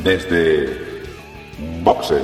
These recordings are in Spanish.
desde Boxes.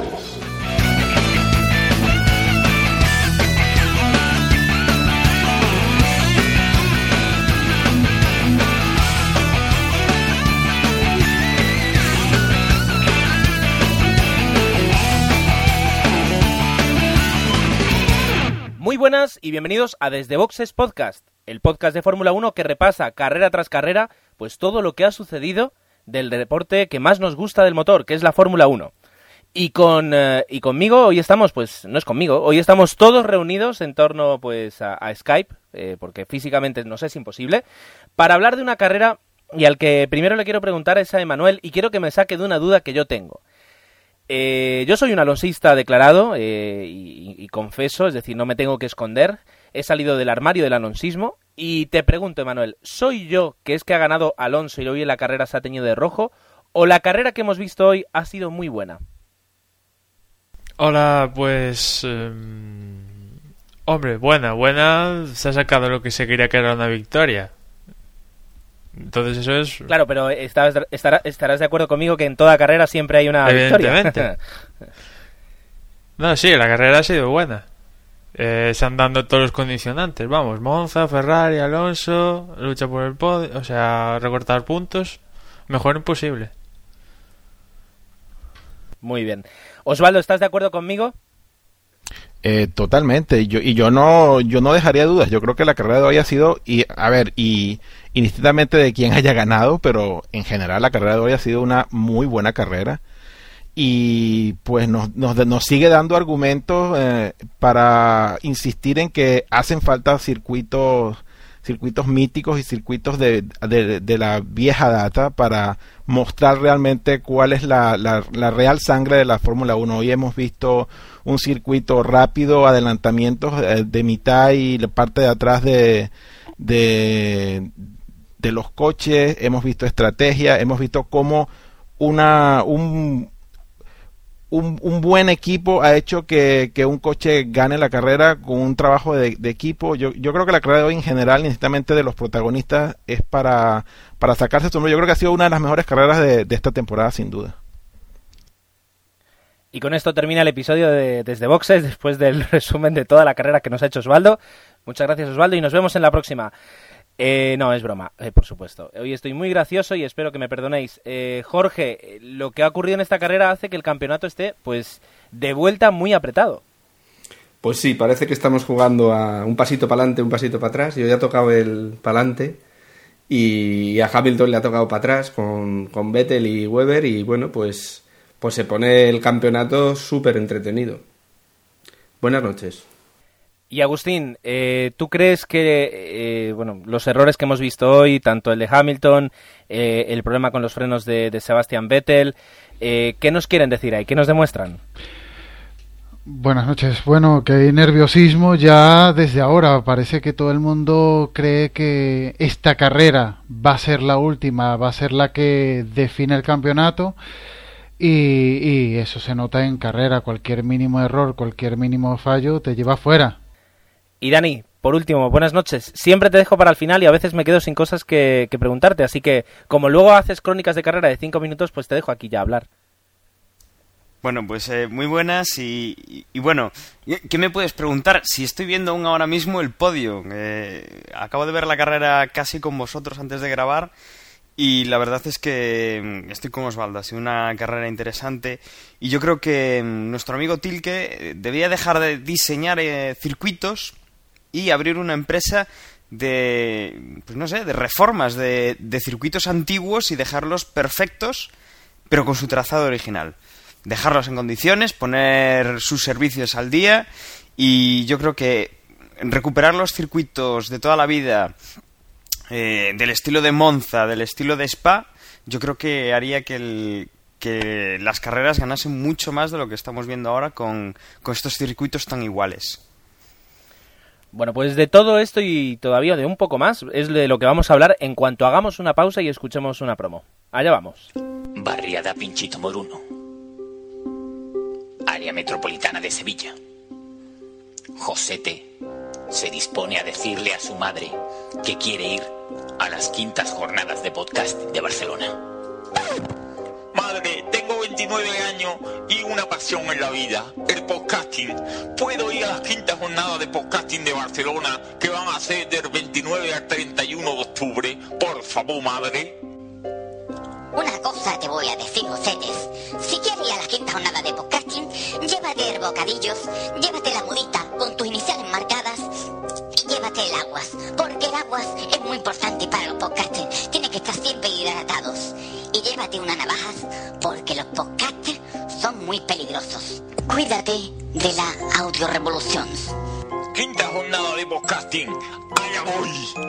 Muy buenas y bienvenidos a Desde Boxes Podcast, el podcast de Fórmula 1 que repasa carrera tras carrera pues todo lo que ha sucedido del deporte que más nos gusta del motor, que es la Fórmula 1. Y conmigo hoy estamos, pues no es conmigo, hoy estamos todos reunidos en torno pues a Skype, porque físicamente nos es imposible, para hablar de una carrera y al que primero le quiero preguntar es a Emanuel y quiero que me saque de una duda que yo tengo. Yo soy un alonsista declarado y confeso, es decir, no me tengo que esconder, he salido del armario del alonsismo y te pregunto, Emanuel, ¿soy yo que es que ha ganado Alonso y hoy en la carrera se ha teñido de rojo o la carrera que hemos visto hoy ha sido muy buena? Hola, pues... hombre, buena, se ha sacado lo que se quería que era una victoria. Entonces eso es... Claro, pero estarás de acuerdo conmigo que en toda carrera siempre hay una Evidentemente. victoria. No, sí, la carrera ha sido buena. Se han dado todos los condicionantes. Vamos, Monza, Ferrari, Alonso, lucha por el podio, o sea, recortar puntos. Mejor imposible. Muy bien. Osvaldo, ¿estás de acuerdo conmigo? Totalmente. Yo no dejaría dudas. Yo creo que la carrera de hoy ha sido, indistintamente de quién haya ganado, pero en general la carrera de hoy ha sido una muy buena carrera. Y pues nos sigue dando argumentos para insistir en que hacen falta circuitos míticos y circuitos de la vieja data para mostrar realmente cuál es la real sangre de la Fórmula 1. Hoy hemos visto un circuito rápido, adelantamientos de mitad y la parte de atrás de los coches, hemos visto estrategia, hemos visto cómo un buen equipo ha hecho que un coche gane la carrera con un trabajo de equipo. Yo creo que la carrera de hoy en general, necesariamente de los protagonistas, es para sacarse su sombrero. Yo creo que ha sido una de las mejores carreras de esta temporada, sin duda. Y con esto termina el episodio de Desde Boxes, después del resumen de toda la carrera que nos ha hecho Osvaldo. Muchas gracias, Osvaldo, y nos vemos en la próxima. No, es broma, por supuesto. Hoy estoy muy gracioso y espero que me perdonéis. Jorge, lo que ha ocurrido en esta carrera hace que el campeonato esté, pues, de vuelta muy apretado. Pues sí, parece que estamos jugando a un pasito para adelante, un pasito para atrás. Yo ya he tocado el para adelante y a Hamilton le ha tocado para atrás con Vettel y Webber y bueno, pues se pone el campeonato súper entretenido. Buenas noches. Y Agustín, ¿tú crees que los errores que hemos visto hoy, tanto el de Hamilton, el problema con los frenos de Sebastian Vettel, ¿qué nos quieren decir ahí? ¿Qué nos demuestran? Buenas noches. Bueno, que hay nerviosismo ya desde ahora. Parece que todo el mundo cree que esta carrera va a ser la última, va a ser la que define el campeonato. Y eso se nota en carrera. Cualquier mínimo error, cualquier mínimo fallo te lleva fuera. Y Dani, por último, buenas noches. Siempre te dejo para el final y a veces me quedo sin cosas que preguntarte, así que como luego haces crónicas de carrera de 5 minutos, pues te dejo aquí ya hablar. Bueno, pues muy buenas y bueno, ¿qué me puedes preguntar? Si estoy viendo aún ahora mismo el podio. Acabo de ver la carrera casi con vosotros antes de grabar y la verdad es que estoy con Osvaldo. Ha sido una carrera interesante y yo creo que nuestro amigo Tilke debía dejar de diseñar circuitos y abrir una empresa de reformas de circuitos antiguos y dejarlos perfectos, pero con su trazado original. Dejarlos en condiciones, poner sus servicios al día y yo creo que recuperar los circuitos de toda la vida, del estilo de Monza, del estilo de Spa, yo creo que haría que las carreras ganasen mucho más de lo que estamos viendo ahora con estos circuitos tan iguales. Bueno, pues de todo esto y todavía de un poco más es de lo que vamos a hablar en cuanto hagamos una pausa y escuchemos una promo. Allá vamos. Barriada Pinchito Moruno. Área metropolitana de Sevilla. Josete se dispone a decirle a su madre que quiere ir a las 5ª jornadas de podcast de Barcelona. Madre, tengo 29 años y una pasión en la vida, el podcasting. Puedo ir a las quintas jornadas de podcasting de Barcelona, que van a ser del 29 al 31 de octubre. Por favor, madre. Una cosa te voy a decir, Josetes. Si quieres ir a la quinta jornada de podcasting, llévate el bocadillos, llévate la mudita con tus iniciales marcadas y llévate el aguas, porque el aguas es muy importante para los podcasters. Tienen que estar siempre hidratados. Y llévate unas navajas, porque los podcasters son muy peligrosos. Cuídate de la audiorevolución. Quinta jornada de podcasting. ¡Allá voy!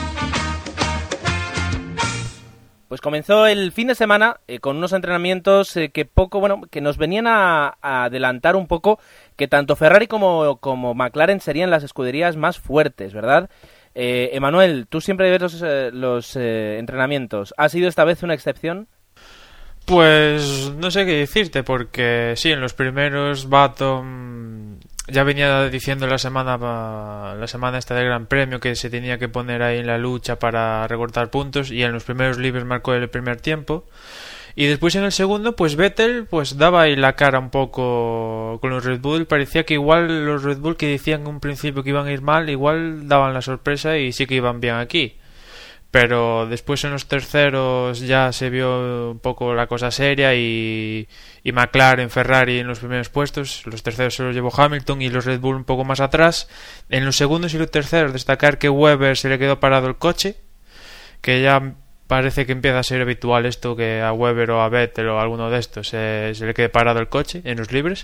Pues comenzó el fin de semana con unos entrenamientos que nos venían a adelantar un poco que tanto Ferrari como McLaren serían las escuderías más fuertes, ¿verdad? Emanuel, tú siempre ves los entrenamientos. ¿Ha sido esta vez una excepción? Pues no sé qué decirte, porque sí, en los primeros Baton ya venía diciendo la semana esta del Gran Premio que se tenía que poner ahí en la lucha para recortar puntos, y en los primeros libres marcó el primer tiempo, y después en el segundo pues Vettel pues daba ahí la cara un poco con los Red Bull. Parecía que igual los Red Bull, que decían en un principio que iban a ir mal, igual daban la sorpresa y sí que iban bien aquí. Pero después en los terceros ya se vio un poco la cosa seria, y McLaren, Ferrari en los primeros puestos. Los terceros se los llevó Hamilton y los Red Bull un poco más atrás. En los segundos y los terceros destacar que Webber se le quedó parado el coche, que ya parece que empieza a ser habitual esto, que a Webber o a Vettel o a alguno de estos se le quede parado el coche en los libres.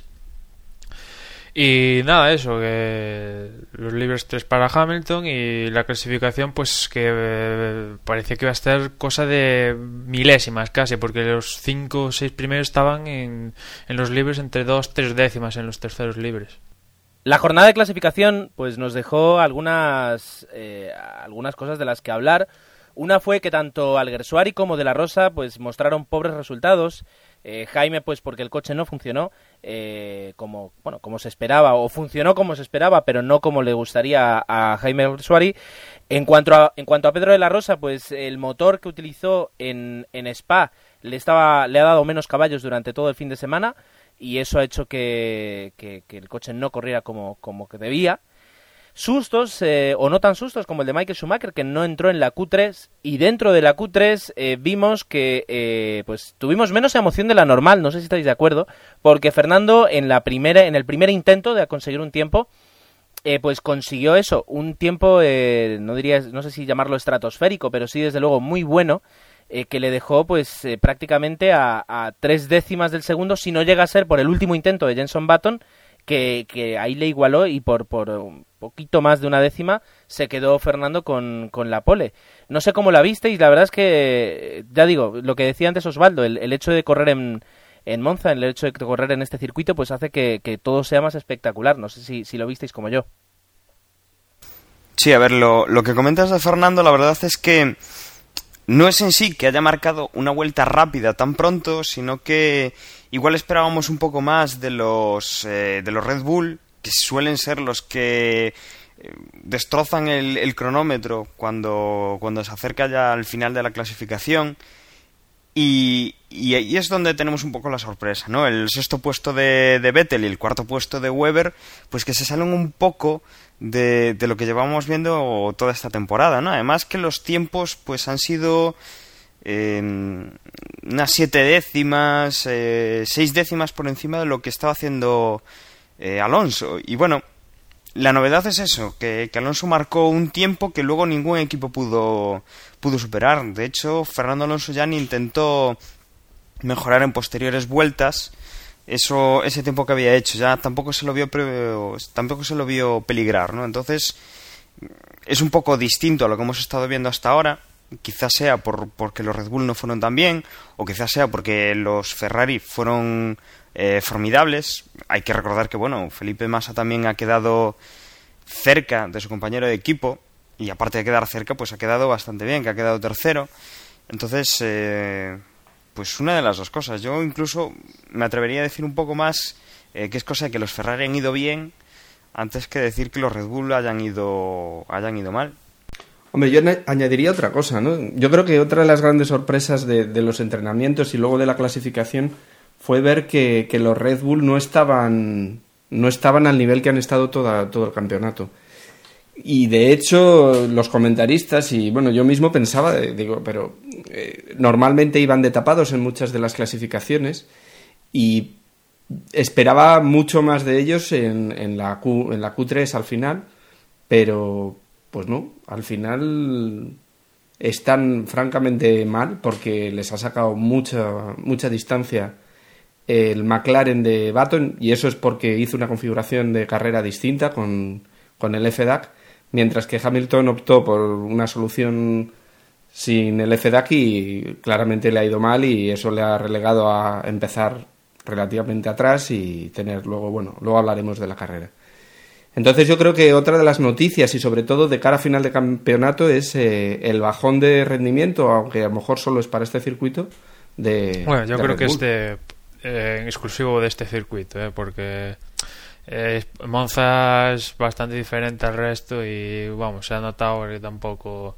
Y nada, eso, que los libres 3 para Hamilton, y la clasificación pues que parecía que iba a estar cosa de milésimas casi, porque los 5 o 6 primeros estaban en los libres entre 2-3 décimas en los terceros libres. La jornada de clasificación pues nos dejó algunas cosas de las que hablar. Una fue que tanto Alguersuari como De La Rosa pues mostraron pobres resultados. Jaime pues porque el coche no funcionó como se esperaba, o funcionó como se esperaba, pero no como le gustaría a Jaime Alguersuari. En cuanto a Pedro De La Rosa, pues el motor que utilizó en Spa le ha dado menos caballos durante todo el fin de semana, y eso ha hecho que el coche no corriera como que debía. Sustos, o no tan sustos, como el de Michael Schumacher, que no entró en la Q3, y dentro de la Q3 vimos que pues tuvimos menos emoción de la normal. No sé si estáis de acuerdo, porque Fernando en el primer intento de conseguir un tiempo, pues consiguió eso, un tiempo, no sé si llamarlo estratosférico, pero sí desde luego muy bueno, que le dejó pues prácticamente a 3 décimas del segundo, si no llega a ser por el último intento de Jenson Button, que ahí le igualó, y por un poquito más de una décima se quedó Fernando con la pole. No sé cómo la visteis. La verdad es que, ya digo, lo que decía antes Osvaldo, el hecho de correr en Monza, el hecho de correr en este circuito, pues hace que todo sea más espectacular. No sé si lo visteis como yo. Sí, a ver, lo que comentas de Fernando, la verdad es que no es en sí que haya marcado una vuelta rápida tan pronto, sino que igual esperábamos un poco más de los Red Bull, que suelen ser los que destrozan el cronómetro cuando se acerca ya al final de la clasificación. Y ahí es donde tenemos un poco la sorpresa, ¿no? El sexto puesto de Vettel y el cuarto puesto de Webber, pues que se salen un poco de lo que llevamos viendo toda esta temporada, ¿no? Además que los tiempos pues han sido unas 7 décimas, 6 décimas por encima de lo que estaba haciendo Alonso. Y bueno, la novedad es eso, que Alonso marcó un tiempo que luego ningún equipo pudo superar. De hecho, Fernando Alonso ya ni intentó mejorar en posteriores vueltas ese tiempo que había hecho. Ya tampoco se lo vio peligrar, ¿no? Entonces, es un poco distinto a lo que hemos estado viendo hasta ahora. Quizás sea porque los Red Bull no fueron tan bien, o quizás sea porque los Ferrari fueron formidables. Hay que recordar que, bueno, Felipe Massa también ha quedado cerca de su compañero de equipo, y aparte de quedar cerca, pues ha quedado bastante bien, que ha quedado tercero. Entonces, pues una de las dos cosas. Yo incluso me atrevería a decir un poco más que es cosa de que los Ferrari han ido bien, antes que decir que los Red Bull hayan ido mal. Hombre, yo añadiría otra cosa, ¿no? Yo creo que otra de las grandes sorpresas de los entrenamientos y luego de la clasificación fue ver que los Red Bull no estaban al nivel que han estado todo el campeonato. Y de hecho los comentaristas y bueno, yo mismo pensaba, pero normalmente iban de tapados en muchas de las clasificaciones y esperaba mucho más de ellos en la Q3 al final, pero pues no, al final están francamente mal porque les ha sacado mucha distancia el McLaren de Button, y eso es porque hizo una configuración de carrera distinta con el FDAC, mientras que Hamilton optó por una solución sin el FDAC y claramente le ha ido mal, y eso le ha relegado a empezar relativamente atrás y tener luego hablaremos de la carrera. Entonces yo creo que otra de las noticias, y sobre todo de cara a final de campeonato, es el bajón de rendimiento, aunque a lo mejor solo es para este circuito Bueno, yo creo Red que Bull. exclusivo de este circuito, porque Monza es bastante diferente al resto y vamos, se ha notado que tampoco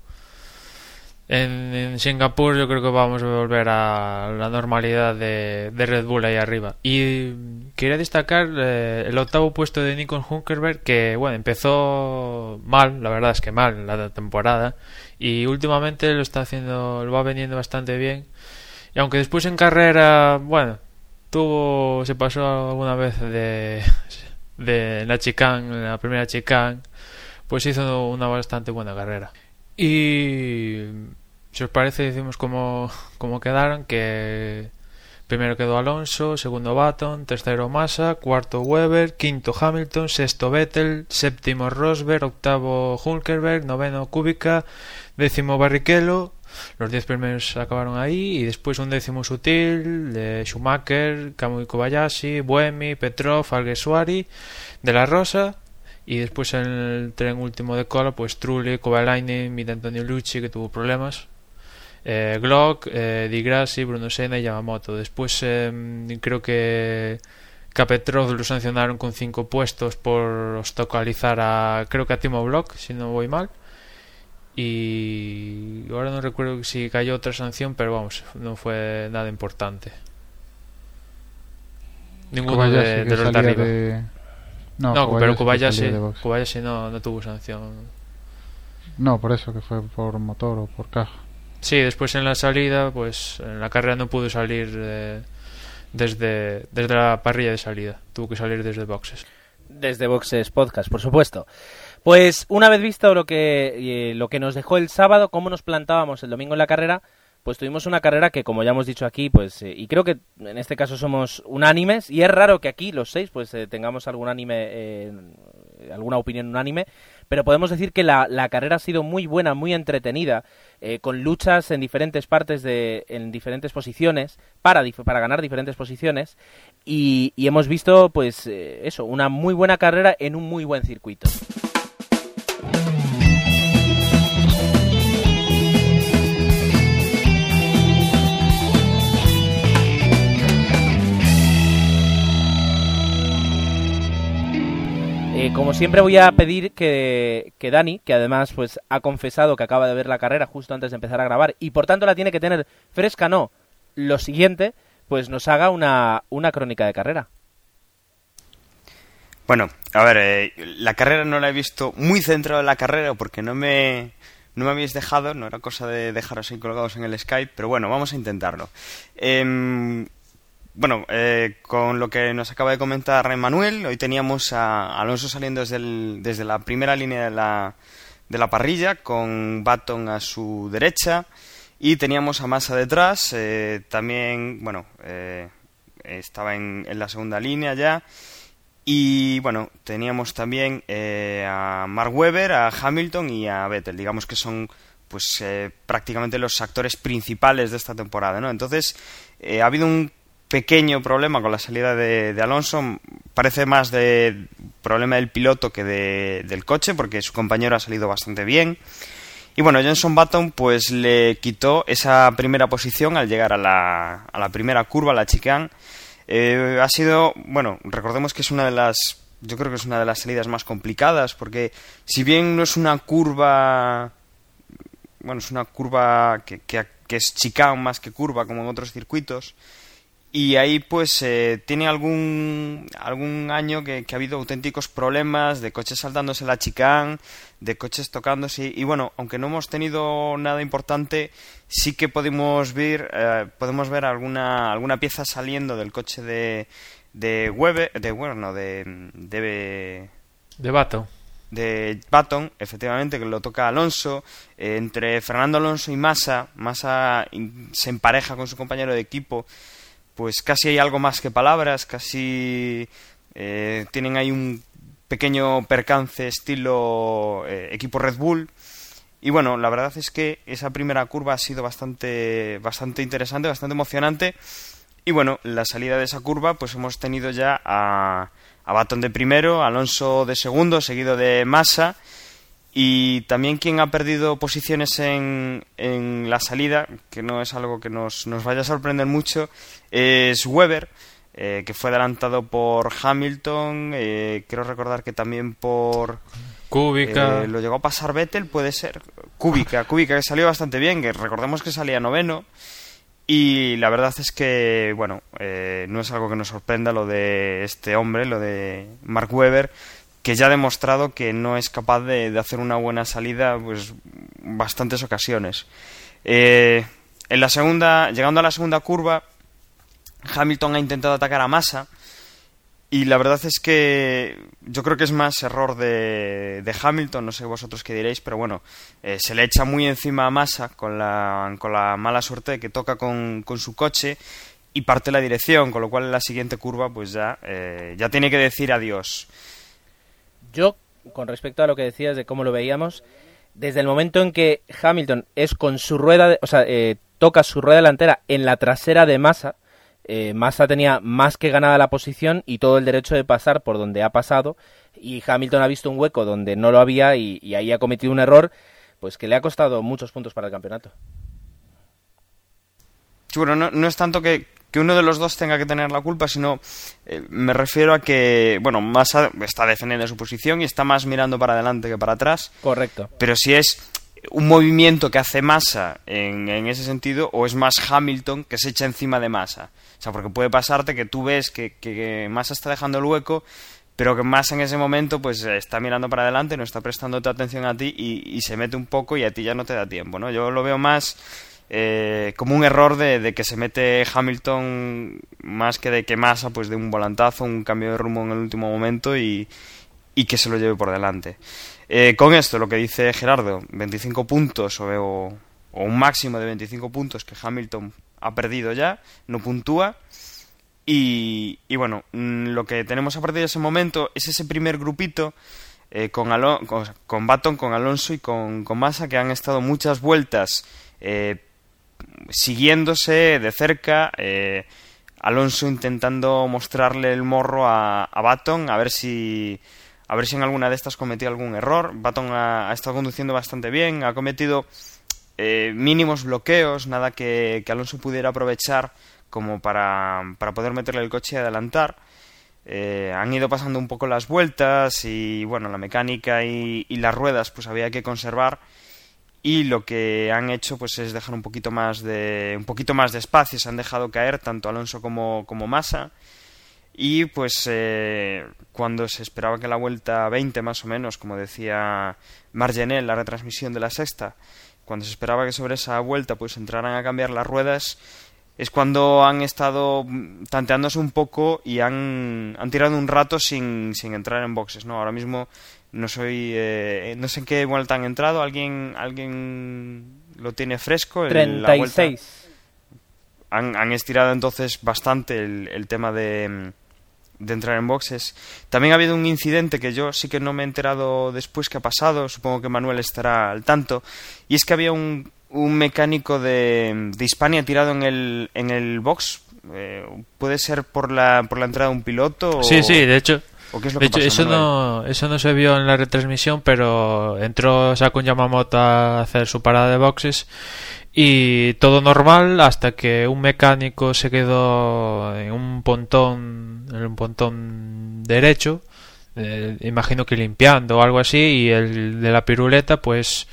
en Singapur yo creo que vamos a volver a la normalidad de Red Bull ahí arriba. Y quería destacar el octavo puesto de Nico Hülkenberg, que bueno, empezó mal, la verdad es que mal la temporada, y últimamente lo va vendiendo bastante bien, y aunque después en carrera, bueno, se pasó alguna vez de la chicane, la primera chicane, pues hizo una bastante buena carrera. Y si os parece, decimos cómo quedaron, que primero quedó Alonso, segundo Button, tercero Massa, cuarto Webber, quinto Hamilton, sexto Vettel, séptimo Rosberg, octavo Hülkenberg, noveno Kubica, décimo Barrichello. Los 10 primeros acabaron ahí, y después un décimo Sutil, de Schumacher, Kamui Kobayashi, Buemi, Petrov, Alguersuari, De La Rosa, y después en el tren último de cola, pues Trulli, Kovalainen, Mid Antonio Lucci, que tuvo problemas, Glock, Di Grassi, Bruno Senna y Yamamoto. Después creo que a Petrov lo sancionaron con 5 puestos por obstaculizar creo que a Timo Glock, si no voy mal. Y ahora no recuerdo si cayó otra sanción, pero vamos, no fue nada importante. Ninguno de los de arriba. No, pero Kobayashi no tuvo sanción. No, por eso, que fue por motor o por caja. Sí, después en la salida, pues en la carrera no pudo salir desde la parrilla de salida. Tuvo que salir desde boxes. Desde Boxes Podcast, por supuesto. Pues una vez visto lo que nos dejó el sábado, cómo nos plantábamos el domingo en la carrera, pues tuvimos una carrera que, como ya hemos dicho aquí, pues y creo que en este caso somos unánimes, y es raro que aquí los 6 pues tengamos algún alguna opinión unánime, pero podemos decir que la carrera ha sido muy buena, muy entretenida, con luchas en diferentes partes en diferentes posiciones para ganar diferentes posiciones, y hemos visto pues una muy buena carrera en un muy buen circuito. Como siempre voy a pedir que Dani, que además pues ha confesado que acaba de ver la carrera justo antes de empezar a grabar y por tanto la tiene que tener fresca, lo siguiente, pues nos haga una crónica de carrera. Bueno, a ver, la carrera no la he visto muy centrado en la carrera porque no me habéis dejado, no era cosa de dejaros ahí colgados en el Skype, pero bueno, vamos a intentarlo. Bueno, con lo que nos acaba de comentar Manuel, hoy teníamos a Alonso saliendo desde la primera línea de la parrilla, con Button a su derecha, y teníamos a Massa detrás, también, bueno, estaba en la segunda línea ya, y bueno, teníamos también a Mark Webber, a Hamilton y a Vettel, digamos que son pues prácticamente los actores principales de esta temporada, ¿no? Entonces, ha habido un pequeño problema con la salida de Alonso, parece más de problema del piloto que del coche, porque su compañero ha salido bastante bien, y bueno, Jenson Button pues le quitó esa primera posición al llegar a la primera curva, a la chicane. Ha sido, bueno, recordemos que es yo creo que es una de las salidas más complicadas, porque si bien no es una curva, bueno, es una curva que es chicane más que curva como en otros circuitos, Y ahí pues tiene algún año que ha habido auténticos problemas de coches saltándose la chicane, de coches tocándose, y bueno, aunque no hemos tenido nada importante, sí que podemos ver alguna pieza saliendo del coche de Weber, de Button, efectivamente, que lo toca Alonso. Entre Fernando Alonso y Massa se empareja con su compañero de equipo, pues casi hay algo más que palabras, casi tienen ahí un pequeño percance estilo equipo Red Bull. Y bueno, la verdad es que esa primera curva ha sido bastante interesante, bastante emocionante. Y bueno, la salida de esa curva, pues hemos tenido ya a Button de primero, Alonso de segundo, seguido de Massa. Y también quien ha perdido posiciones en la salida, que no es algo que nos vaya a sorprender mucho, es Weber, que fue adelantado por Hamilton, quiero recordar que también por Kubica. Lo llegó a pasar Vettel, puede ser. Kubica que salió bastante bien, que recordemos que salía noveno. Y la verdad es que, bueno, no es algo que nos sorprenda lo de este hombre, lo de Mark Webber, que ya ha demostrado que no es capaz de hacer una buena salida, pues bastantes ocasiones. Llegando a la segunda curva, Hamilton ha intentado atacar a Massa, y la verdad es que yo creo que es más error de Hamilton, no sé vosotros qué diréis, pero bueno, se le echa muy encima a Massa con la mala suerte de que toca con su coche y parte la dirección, con lo cual en la siguiente curva pues ya tiene que decir adiós. Yo, con respecto a lo que decías de cómo lo veíamos, desde el momento en que Hamilton es con su rueda, toca su rueda delantera en la trasera de Massa, Massa tenía más que ganada la posición y todo el derecho de pasar por donde ha pasado, y Hamilton ha visto un hueco donde no lo había y ahí ha cometido un error pues que le ha costado muchos puntos para el campeonato. Sí, bueno, no es tanto que uno de los dos tenga que tener la culpa, sino me refiero a que, bueno, Massa está defendiendo su posición y está más mirando para adelante que para atrás. Correcto. Pero si es un movimiento que hace Massa en ese sentido, o es más Hamilton que se echa encima de Massa. O sea, porque puede pasarte que tú ves que Massa está dejando el hueco, pero que Massa en ese momento pues está mirando para adelante, no está prestándote atención a ti y se mete un poco y a ti ya no te da tiempo, ¿no? Yo lo veo más como un error de que se mete Hamilton más que de que Massa pues de un volantazo, un cambio de rumbo en el último momento y que se lo lleve por delante. Con esto, lo que dice Gerardo, 25 puntos o un máximo de 25 puntos que Hamilton ha perdido ya, no puntúa. Y bueno, lo que tenemos a partir de ese momento es ese primer grupito con Button, con Alonso y con Massa, que han estado muchas vueltas siguiéndose de cerca, Alonso intentando mostrarle el morro a Button, a ver si en alguna de estas cometió algún error. Button ha estado conduciendo bastante bien, ha cometido mínimos bloqueos, nada que Alonso pudiera aprovechar como para poder meterle el coche y adelantar. Han ido pasando un poco las vueltas y bueno, la mecánica y las ruedas pues había que conservar, y lo que han hecho pues es dejar un poquito más de espacio. Se han dejado caer tanto Alonso como Massa. Y pues cuando se esperaba que la vuelta 20 más o menos, como decía Margenet en la retransmisión de la sexta, cuando se esperaba que sobre esa vuelta pues entraran a cambiar las ruedas, es cuando han estado tanteándose un poco y han tirado un rato sin entrar en boxes, ¿no? Ahora mismo no sé en qué vuelta han entrado. ¿Alguien lo tiene fresco? 36. Han estirado entonces bastante el tema de entrar en boxes. También ha habido un incidente que yo sí que no me he enterado después que ha pasado, supongo que Manuel estará al tanto, y es que había un mecánico de Hispania tirado en el box. ¿Puede ser por la entrada de un piloto? Sí, de hecho, ¿o qué es lo que pasa, eso no se vio en la retransmisión, pero entró Sakun Yamamoto a hacer su parada de boxes y todo normal hasta que un mecánico se quedó en un pontón derecho, imagino que limpiando o algo así, y el de la piruleta pues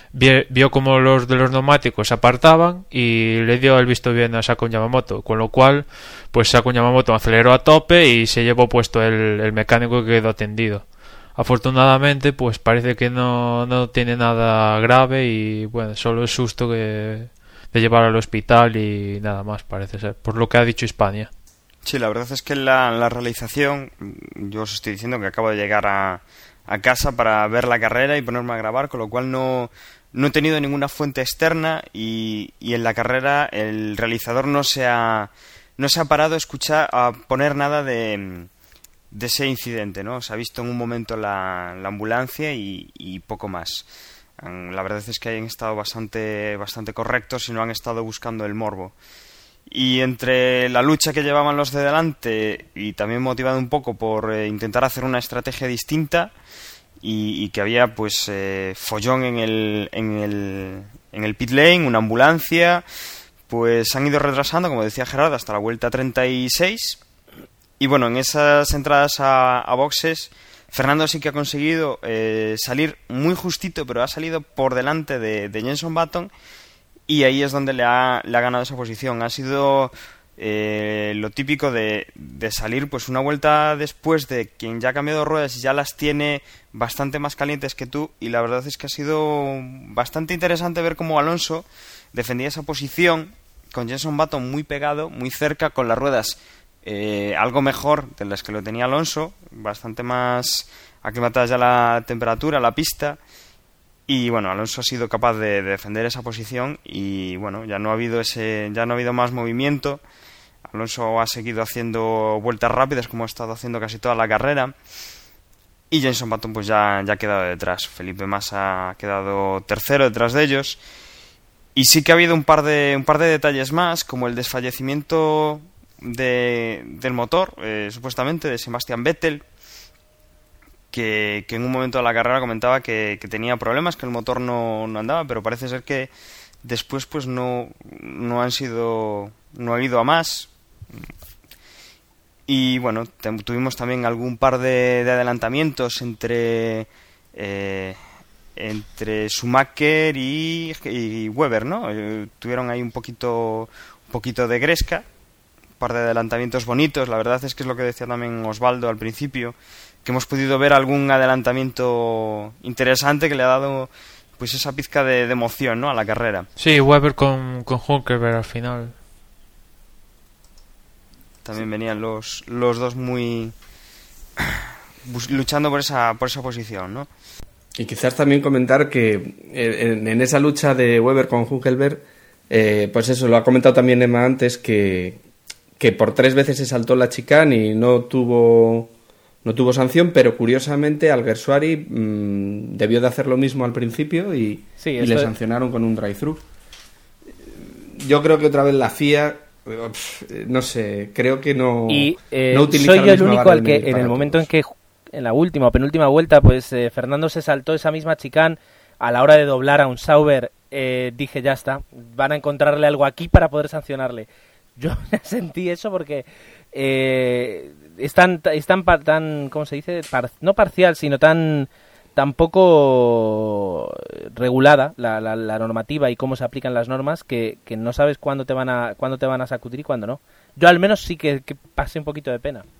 vio como los de los neumáticos se apartaban y le dio el visto bien a Sakon Yamamoto, con lo cual pues Sakon Yamamoto aceleró a tope y se llevó puesto el mecánico que quedó tendido. Afortunadamente pues parece que no tiene nada grave y bueno, solo el susto de llevar al hospital y nada más, parece ser, por lo que ha dicho Hispania. Sí, la verdad es que la realización, yo os estoy diciendo que acabo de llegar a casa para ver la carrera y ponerme a grabar, con lo cual no he tenido ninguna fuente externa y en la carrera el realizador no se ha parado a poner nada de ese incidente, ¿no? Se ha visto en un momento la ambulancia y poco más. La verdad es que han estado bastante correctos y no han estado buscando el morbo. Y entre la lucha que llevaban los de delante y también motivado un poco por intentar hacer una estrategia distinta y que había pues follón en el pit lane, una ambulancia, pues han ido retrasando, como decía Gerardo, hasta la vuelta 36. Y bueno, en esas entradas a boxes, Fernando sí que ha conseguido salir muy justito, pero ha salido por delante de Jenson Button, y ahí es donde le ha ganado esa posición. Ha sido lo típico de salir pues una vuelta después de quien ya ha cambiado ruedas y ya las tiene bastante más calientes que tú, y la verdad es que ha sido bastante interesante ver cómo Alonso defendía esa posición con Jenson Button muy pegado, muy cerca, con las ruedas algo mejor de las que lo tenía Alonso, bastante más aclimatadas ya a la temperatura, a la pista. Y bueno, Alonso ha sido capaz de defender esa posición y bueno, ya no ha habido más movimiento. Alonso ha seguido haciendo vueltas rápidas como ha estado haciendo casi toda la carrera. Y Jenson Button pues ya ha quedado detrás. Felipe Massa ha quedado tercero detrás de ellos. Y sí que ha habido un par de detalles más, como el desfallecimiento del motor, supuestamente, de Sebastian Vettel, que en un momento de la carrera comentaba que tenía problemas, que el motor no andaba, pero parece ser que después pues no ha ido a más. Y bueno, tuvimos también algún par de adelantamientos entre Schumacher y Webber, ¿no? Tuvieron ahí un poquito de gresca, un par de adelantamientos bonitos. La verdad es que es lo que decía también Osvaldo al principio, que hemos podido ver algún adelantamiento interesante que le ha dado pues esa pizca de emoción, ¿no?, a la carrera. Sí, Webber con Hülkenberg al final. También venían los dos muy luchando por esa posición, ¿no? Y quizás también comentar que en esa lucha de Webber con Hülkenberg, pues eso, lo ha comentado también Emma antes, que por 3 veces se saltó la chicane y no tuvo sanción, pero curiosamente Alguersuari debió de hacer lo mismo al principio y le sancionaron con un drive-thru. Yo creo que otra vez la FIA, no sé, creo que no utiliza soy yo el único al que en el momento en que en la última o penúltima vuelta pues Fernando se saltó esa misma chicane a la hora de doblar a un Sauber, dije ya está, van a encontrarle algo aquí para poder sancionarle. Yo sentí eso porque es tan ¿cómo se dice? No parcial, sino tan poco regulada la normativa y cómo se aplican las normas que no sabes cuándo te van a sacudir y cuándo no. Yo al menos sí que pasé un poquito de pena.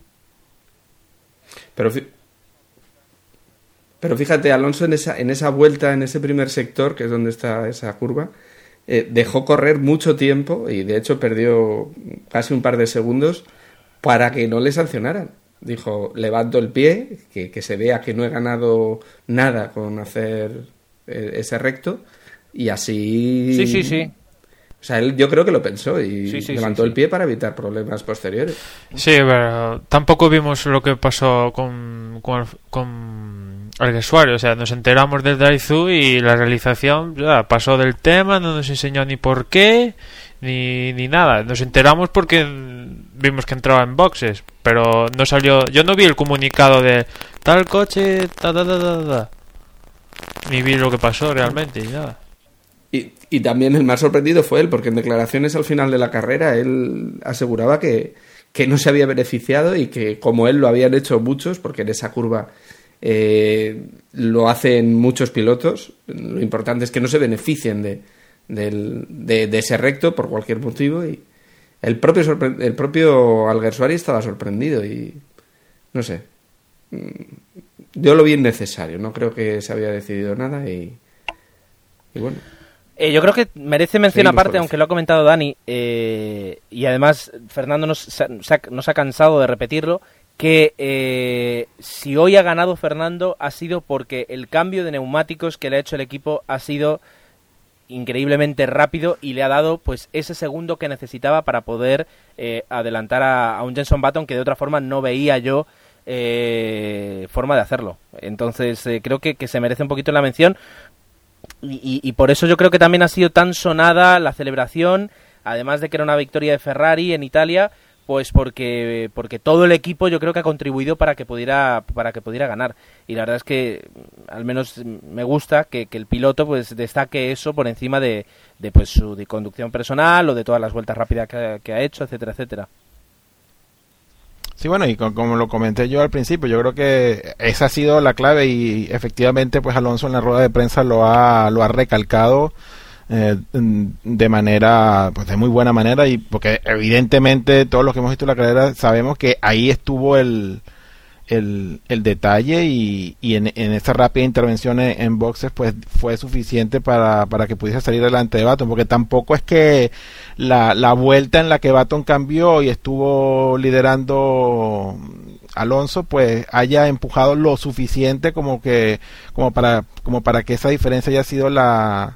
Pero fíjate, Alonso en esa vuelta, en ese primer sector, que es donde está esa curva, dejó correr mucho tiempo y de hecho perdió casi un par de segundos para que no le sancionaran. Dijo, levanto el pie, que se vea que no he ganado nada con hacer ese recto, y así... Sí. O sea, él yo creo que lo pensó y levantó el pie para evitar problemas posteriores. Sí, pero tampoco vimos lo que pasó con Alguersuari. O sea, nos enteramos del drive-thru y la realización ya pasó del tema, no nos enseñó ni por qué, ni nada. Nos enteramos porque vimos que entraba en boxes, pero no salió. Yo no vi el comunicado de tal coche, ni vi lo que pasó realmente, y nada. Y también el más sorprendido fue él, porque en declaraciones al final de la carrera él aseguraba que no se había beneficiado y que como él lo habían hecho muchos, porque en esa curva lo hacen muchos pilotos. Lo importante es que no se beneficien de ese recto por cualquier motivo, y el propio Alguersuari estaba sorprendido y no sé, yo lo vi innecesario, no creo que se había decidido nada y bueno. Yo creo que merece mención aparte, aunque lo ha comentado Dani, y además Fernando nos ha cansado de repetirlo, que si hoy ha ganado Fernando ha sido porque el cambio de neumáticos que le ha hecho el equipo ha sido increíblemente rápido y le ha dado pues ese segundo que necesitaba para poder adelantar a un Jenson Button que de otra forma no veía yo forma de hacerlo. Entonces creo que se merece un poquito la mención y por eso yo creo que también ha sido tan sonada la celebración, además de que era una victoria de Ferrari en Italia, pues porque todo el equipo yo creo que ha contribuido para que pudiera ganar, y la verdad es que al menos me gusta que el piloto pues destaque eso por encima de pues su conducción personal o de todas las vueltas rápidas que ha hecho, etcétera, etcétera. Sí, bueno, y como lo comenté yo al principio, yo creo que esa ha sido la clave y efectivamente pues Alonso en la rueda de prensa lo ha recalcado de manera, pues de muy buena manera, y porque evidentemente todos los que hemos visto la carrera sabemos que ahí estuvo el detalle y en esa rápida intervención en boxes pues fue suficiente para que pudiese salir delante de Button, porque tampoco es que la vuelta en la que Button cambió y estuvo liderando Alonso pues haya empujado lo suficiente como para que esa diferencia haya sido la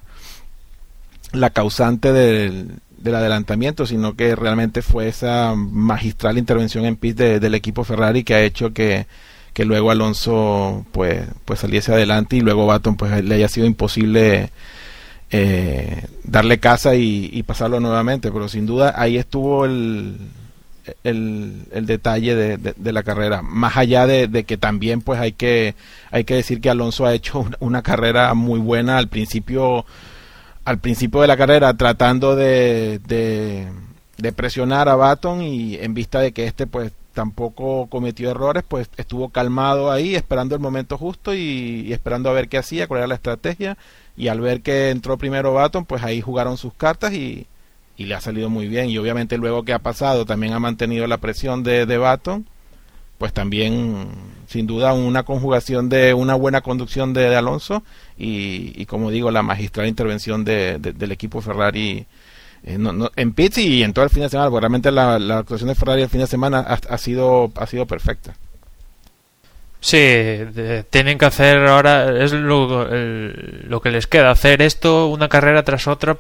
causante del adelantamiento, sino que realmente fue esa magistral intervención en pit del equipo Ferrari que ha hecho que luego Alonso pues saliese adelante y luego Button pues le haya sido imposible darle caza y pasarlo nuevamente, pero sin duda ahí estuvo el detalle de la carrera, más allá de que también pues hay que decir que Alonso ha hecho una carrera muy buena al principio de la carrera, tratando de presionar a Button, y en vista de que pues tampoco cometió errores, pues estuvo calmado ahí esperando el momento justo y esperando a ver qué hacía, cuál era la estrategia, y al ver que entró primero Button pues ahí jugaron sus cartas y le ha salido muy bien, y obviamente luego que ha pasado también ha mantenido la presión de Button, pues también sin duda una conjugación de una buena conducción de Alonso y como digo, la magistral intervención del equipo Ferrari en pits y en todo el fin de semana, porque realmente la actuación de Ferrari el fin de semana ha sido perfecta. Sí, tienen que hacer ahora, es lo que les queda, hacer esto una carrera tras otra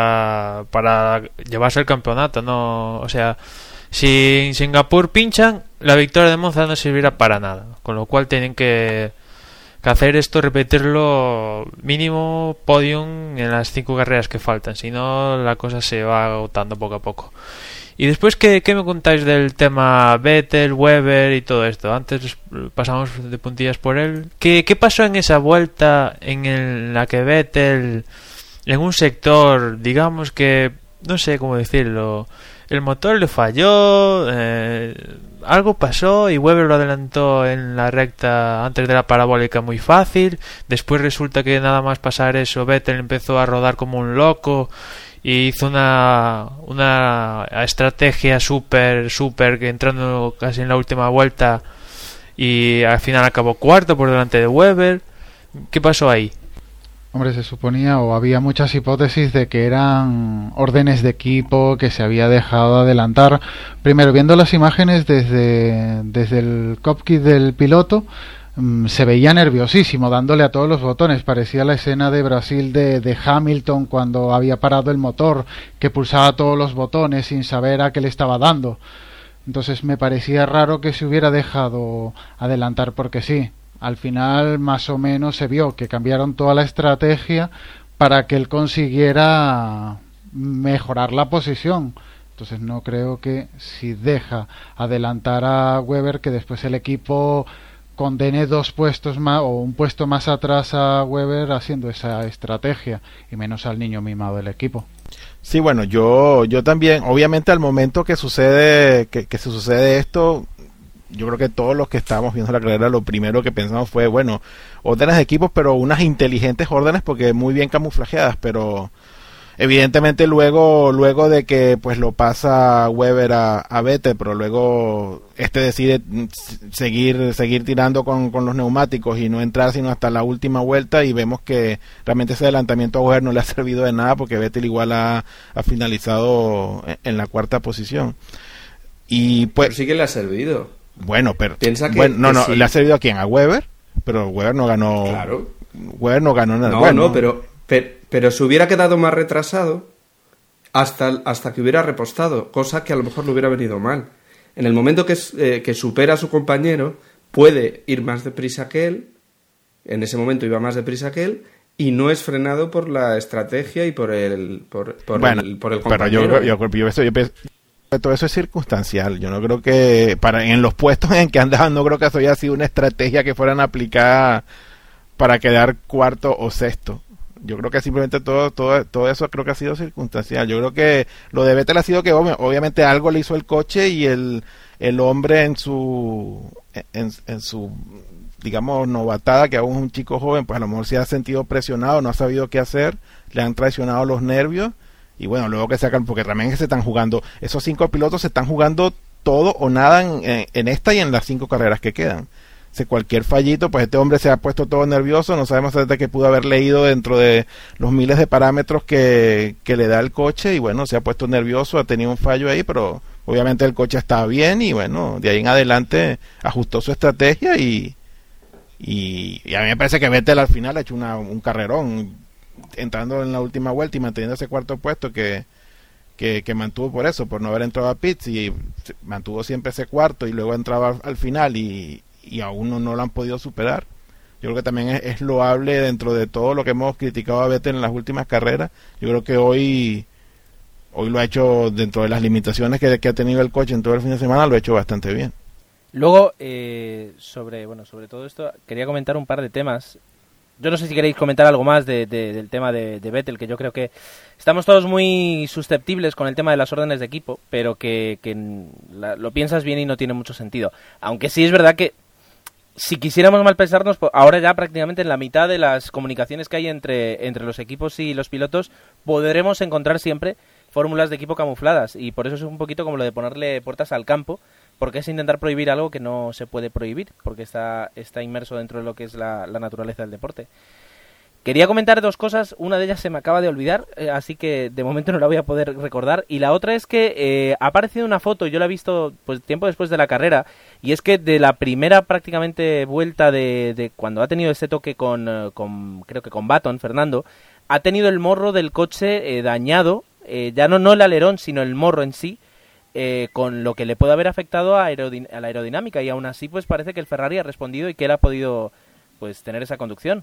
para llevarse el campeonato, ¿no? O sea, si en Singapur pinchan, la victoria de Monza no servirá para nada, con lo cual tienen que hacer esto, repetirlo mínimo podium en las 5 carreras que faltan, si no la cosa se va agotando poco a poco. Y después, ¿qué me contáis del tema Vettel, Weber y todo esto? Antes pasamos de puntillas por él. ¿Qué pasó en esa vuelta en la que Vettel, en un sector, digamos que, no sé cómo decirlo, el motor le falló, algo pasó y Weber lo adelantó en la recta antes de la parabólica muy fácil? Después resulta que nada más pasar eso, Vettel empezó a rodar como un loco y hizo una estrategia súper que entrando casi en la última vuelta y al final acabó cuarto por delante de Weber. ¿Qué pasó ahí? Hombre, se suponía o había muchas hipótesis de que eran órdenes de equipo, que se había dejado adelantar. Primero, viendo las imágenes desde el cockpit del piloto, se veía nerviosísimo, dándole a todos los botones. Parecía la escena de Brasil de Hamilton cuando había parado el motor, que pulsaba todos los botones sin saber a qué le estaba dando. Entonces me parecía raro que se hubiera dejado adelantar porque sí. Al final más o menos se vio que cambiaron toda la estrategia para que él consiguiera mejorar la posición. Entonces no creo que si deja adelantar a Weber que después el equipo condene 2 puestos más o un puesto más atrás a Weber haciendo esa estrategia, y menos al niño mimado del equipo. Sí, bueno, yo también, obviamente al momento que sucede que se sucede esto, yo creo que todos los que estábamos viendo la carrera, lo primero que pensamos fue, bueno, órdenes de equipos, pero unas inteligentes órdenes porque muy bien camuflajeadas, pero evidentemente luego de que pues lo pasa Webber a Vettel, pero luego decide seguir tirando con los neumáticos y no entrar sino hasta la última vuelta, y vemos que realmente ese adelantamiento a Webber no le ha servido de nada porque Vettel igual ha finalizado en la cuarta posición. Y pues pero sí que le ha servido. Bueno, pero piensa que bueno, sí. ¿Le ha servido a quién? ¿A Webber? Pero Webber no ganó. Claro. Webber no ganó nada. No, bueno, no, pero se hubiera quedado más retrasado hasta que hubiera repostado, cosa que a lo mejor le hubiera venido mal. En el momento que supera a su compañero, puede ir más deprisa que él. En ese momento iba más deprisa que él y no es frenado por la estrategia y por el compañero. Pero yo pienso que todo eso es circunstancial. Yo no creo que en los puestos en que andaban, no creo que eso haya sido una estrategia que fueran aplicadas para quedar cuarto o sexto. Yo creo que simplemente todo eso creo que ha sido circunstancial. Yo creo que lo de Vettel ha sido que obviamente algo le hizo el coche y el hombre en su digamos novatada, que aún es un chico joven, pues a lo mejor se ha sentido presionado, no ha sabido qué hacer, le han traicionado los nervios y bueno, luego que sacan, porque también se están jugando, esos 5 pilotos se están jugando todo o nada en esta y en las 5 carreras que quedan. Cualquier fallito, pues este hombre se ha puesto todo nervioso, no sabemos desde qué pudo haber leído dentro de los miles de parámetros que le da el coche, y bueno, se ha puesto nervioso, ha tenido un fallo ahí, pero obviamente el coche está bien y bueno, de ahí en adelante ajustó su estrategia y a mí me parece que Vettel al final ha hecho un carrerón, entrando en la última vuelta y manteniendo ese cuarto puesto que mantuvo por no haber entrado a pits, y mantuvo siempre ese cuarto y luego entraba al final y aún no lo han podido superar. Yo creo que también es loable dentro de todo lo que hemos criticado a Vettel en las últimas carreras. Yo creo que hoy lo ha hecho dentro de las limitaciones que ha tenido el coche en todo el fin de semana, lo ha hecho bastante bien. Luego, sobre todo esto, quería comentar un par de temas. Yo no sé si queréis comentar algo más del tema de Vettel, que yo creo que estamos todos muy susceptibles con el tema de las órdenes de equipo, pero que lo piensas bien y no tiene mucho sentido. Aunque sí es verdad que si quisiéramos mal pensarnos, ahora ya prácticamente en la mitad de las comunicaciones que hay entre los equipos y los pilotos, podremos encontrar siempre fórmulas de equipo camufladas, y por eso es un poquito como lo de ponerle puertas al campo, porque es intentar prohibir algo que no se puede prohibir, porque está inmerso dentro de lo que es la naturaleza del deporte. Quería comentar 2 cosas, una de ellas se me acaba de olvidar, así que de momento no la voy a poder recordar, y la otra es que ha aparecido una foto, yo la he visto pues tiempo después de la carrera, y es que de la primera prácticamente vuelta de cuando ha tenido ese toque creo que con Button, Fernando, ha tenido el morro del coche dañado, ya no el alerón, sino el morro en sí, con lo que le puede haber afectado a la aerodinámica, y aún así pues parece que el Ferrari ha respondido y que él ha podido pues tener esa conducción.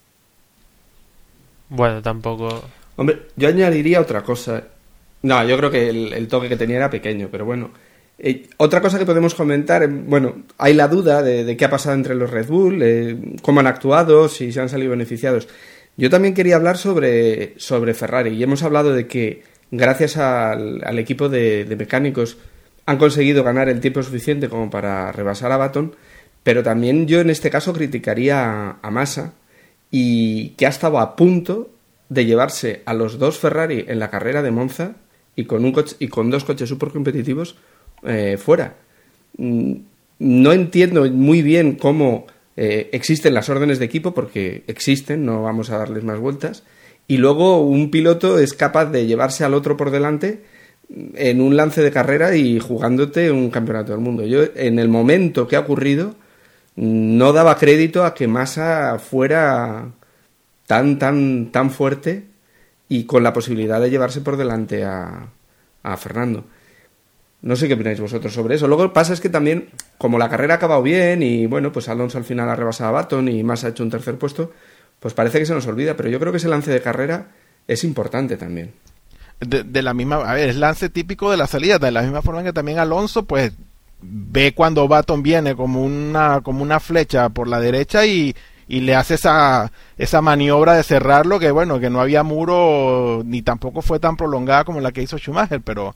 Bueno, tampoco... Hombre, yo añadiría otra cosa. No, yo creo que el toque que tenía era pequeño, pero bueno. Otra cosa que podemos comentar, bueno, hay la duda de qué ha pasado entre los Red Bull, cómo han actuado, si se han salido beneficiados. Yo también quería hablar sobre Ferrari, y hemos hablado de que gracias al equipo de mecánicos han conseguido ganar el tiempo suficiente como para rebasar a Button, pero también yo en este caso criticaría a Massa, y que ha estado a punto de llevarse a los 2 Ferrari en la carrera de Monza y con 2 coches súper competitivos fuera. No entiendo muy bien cómo existen las órdenes de equipo, porque existen, no vamos a darles más vueltas, y luego un piloto es capaz de llevarse al otro por delante en un lance de carrera y jugándote un campeonato del mundo. Yo, en el momento que ha ocurrido, no daba crédito a que Massa fuera tan fuerte y con la posibilidad de llevarse por delante a Fernando. No sé qué opináis vosotros sobre eso. Luego lo que pasa es que también, como la carrera ha acabado bien y bueno, pues Alonso al final ha rebasado a Button y Massa ha hecho un 3er puesto, pues parece que se nos olvida, pero yo creo que ese lance de carrera es importante también. De la misma, a ver, es lance típico de la salida, de la misma forma que también Alonso pues ve cuando Button viene como una flecha por la derecha y le hace esa maniobra de cerrarlo, que bueno, que no había muro ni tampoco fue tan prolongada como la que hizo Schumacher, pero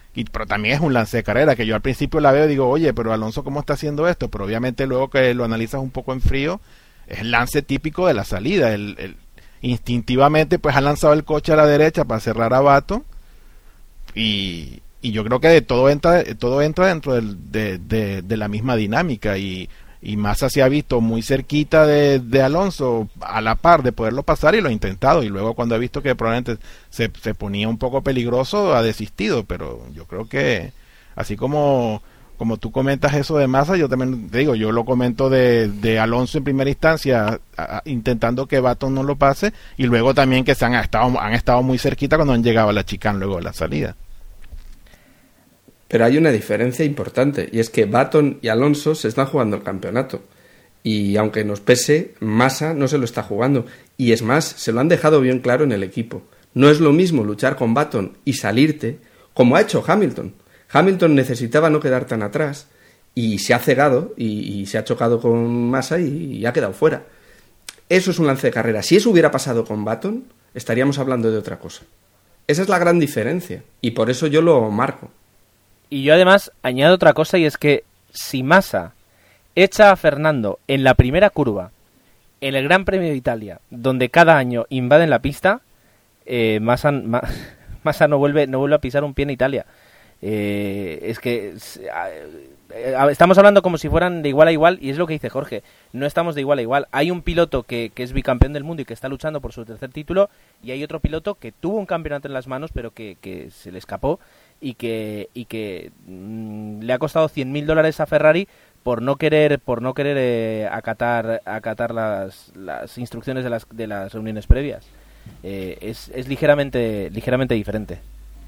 Pero también es un lance de carrera, que yo al principio la veo y digo, oye, pero Alonso, ¿cómo está haciendo esto? Pero obviamente luego que lo analizas un poco en frío, es el lance típico de la salida. Instintivamente pues ha lanzado el coche a la derecha para cerrar a Baton, y yo creo que todo entra dentro de la misma dinámica, y Massa se ha visto muy cerquita de Alonso, a la par de poderlo pasar, y lo ha intentado, y luego cuando ha visto que probablemente se ponía un poco peligroso, ha desistido. Pero yo creo que así como tú comentas eso de Massa, yo también te digo, yo lo comento de Alonso en primera instancia, intentando que Baton no lo pase, y luego también que han estado muy cerquita cuando han llegado a la chicane luego de la salida. Pero hay una diferencia importante, y es que Baton y Alonso se están jugando el campeonato. Y aunque nos pese, Massa no se lo está jugando. Y es más, se lo han dejado bien claro en el equipo. No es lo mismo luchar con Baton y salirte, como ha hecho Hamilton. Hamilton necesitaba no quedar tan atrás, y se ha cegado, y se ha chocado con Massa y ha quedado fuera. Eso es un lance de carrera. Si eso hubiera pasado con Baton, estaríamos hablando de otra cosa. Esa es la gran diferencia, y por eso yo lo marco. Y yo además añado otra cosa, y es que si Massa echa a Fernando en la primera curva, en el Gran Premio de Italia, donde cada año invaden la pista, Massa no vuelve a pisar un pie en Italia. Es que estamos hablando como si fueran de igual a igual, y es lo que dice Jorge, no estamos de igual a igual. Hay un piloto que es bicampeón del mundo y que está luchando por su tercer título, y hay otro piloto que tuvo un campeonato en las manos pero que se le escapó, y que le ha costado $100.000 a Ferrari por no querer acatar las instrucciones de las reuniones previas. Es ligeramente diferente.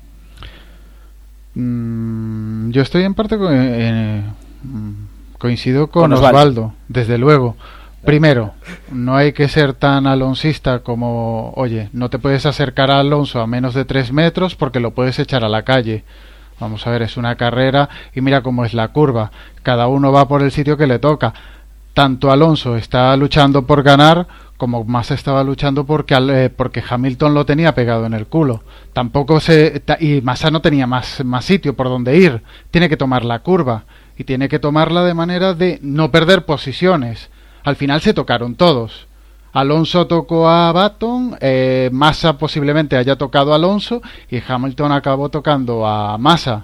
Yo estoy en parte coincido con Osvaldo, desde luego. Primero, no hay que ser tan alonsista como, oye, no te puedes acercar a Alonso a menos de 3 metros porque lo puedes echar a la calle. Vamos a ver, es una carrera y mira cómo es la curva. Cada uno va por el sitio que le toca. Tanto Alonso está luchando por ganar como Massa estaba luchando porque Hamilton lo tenía pegado en el culo. Y Massa no tenía más sitio por donde ir. Tiene que tomar la curva y tiene que tomarla de manera de no perder posiciones. Al final se tocaron todos. Alonso tocó a Baton, Massa posiblemente haya tocado a Alonso y Hamilton acabó tocando a Massa.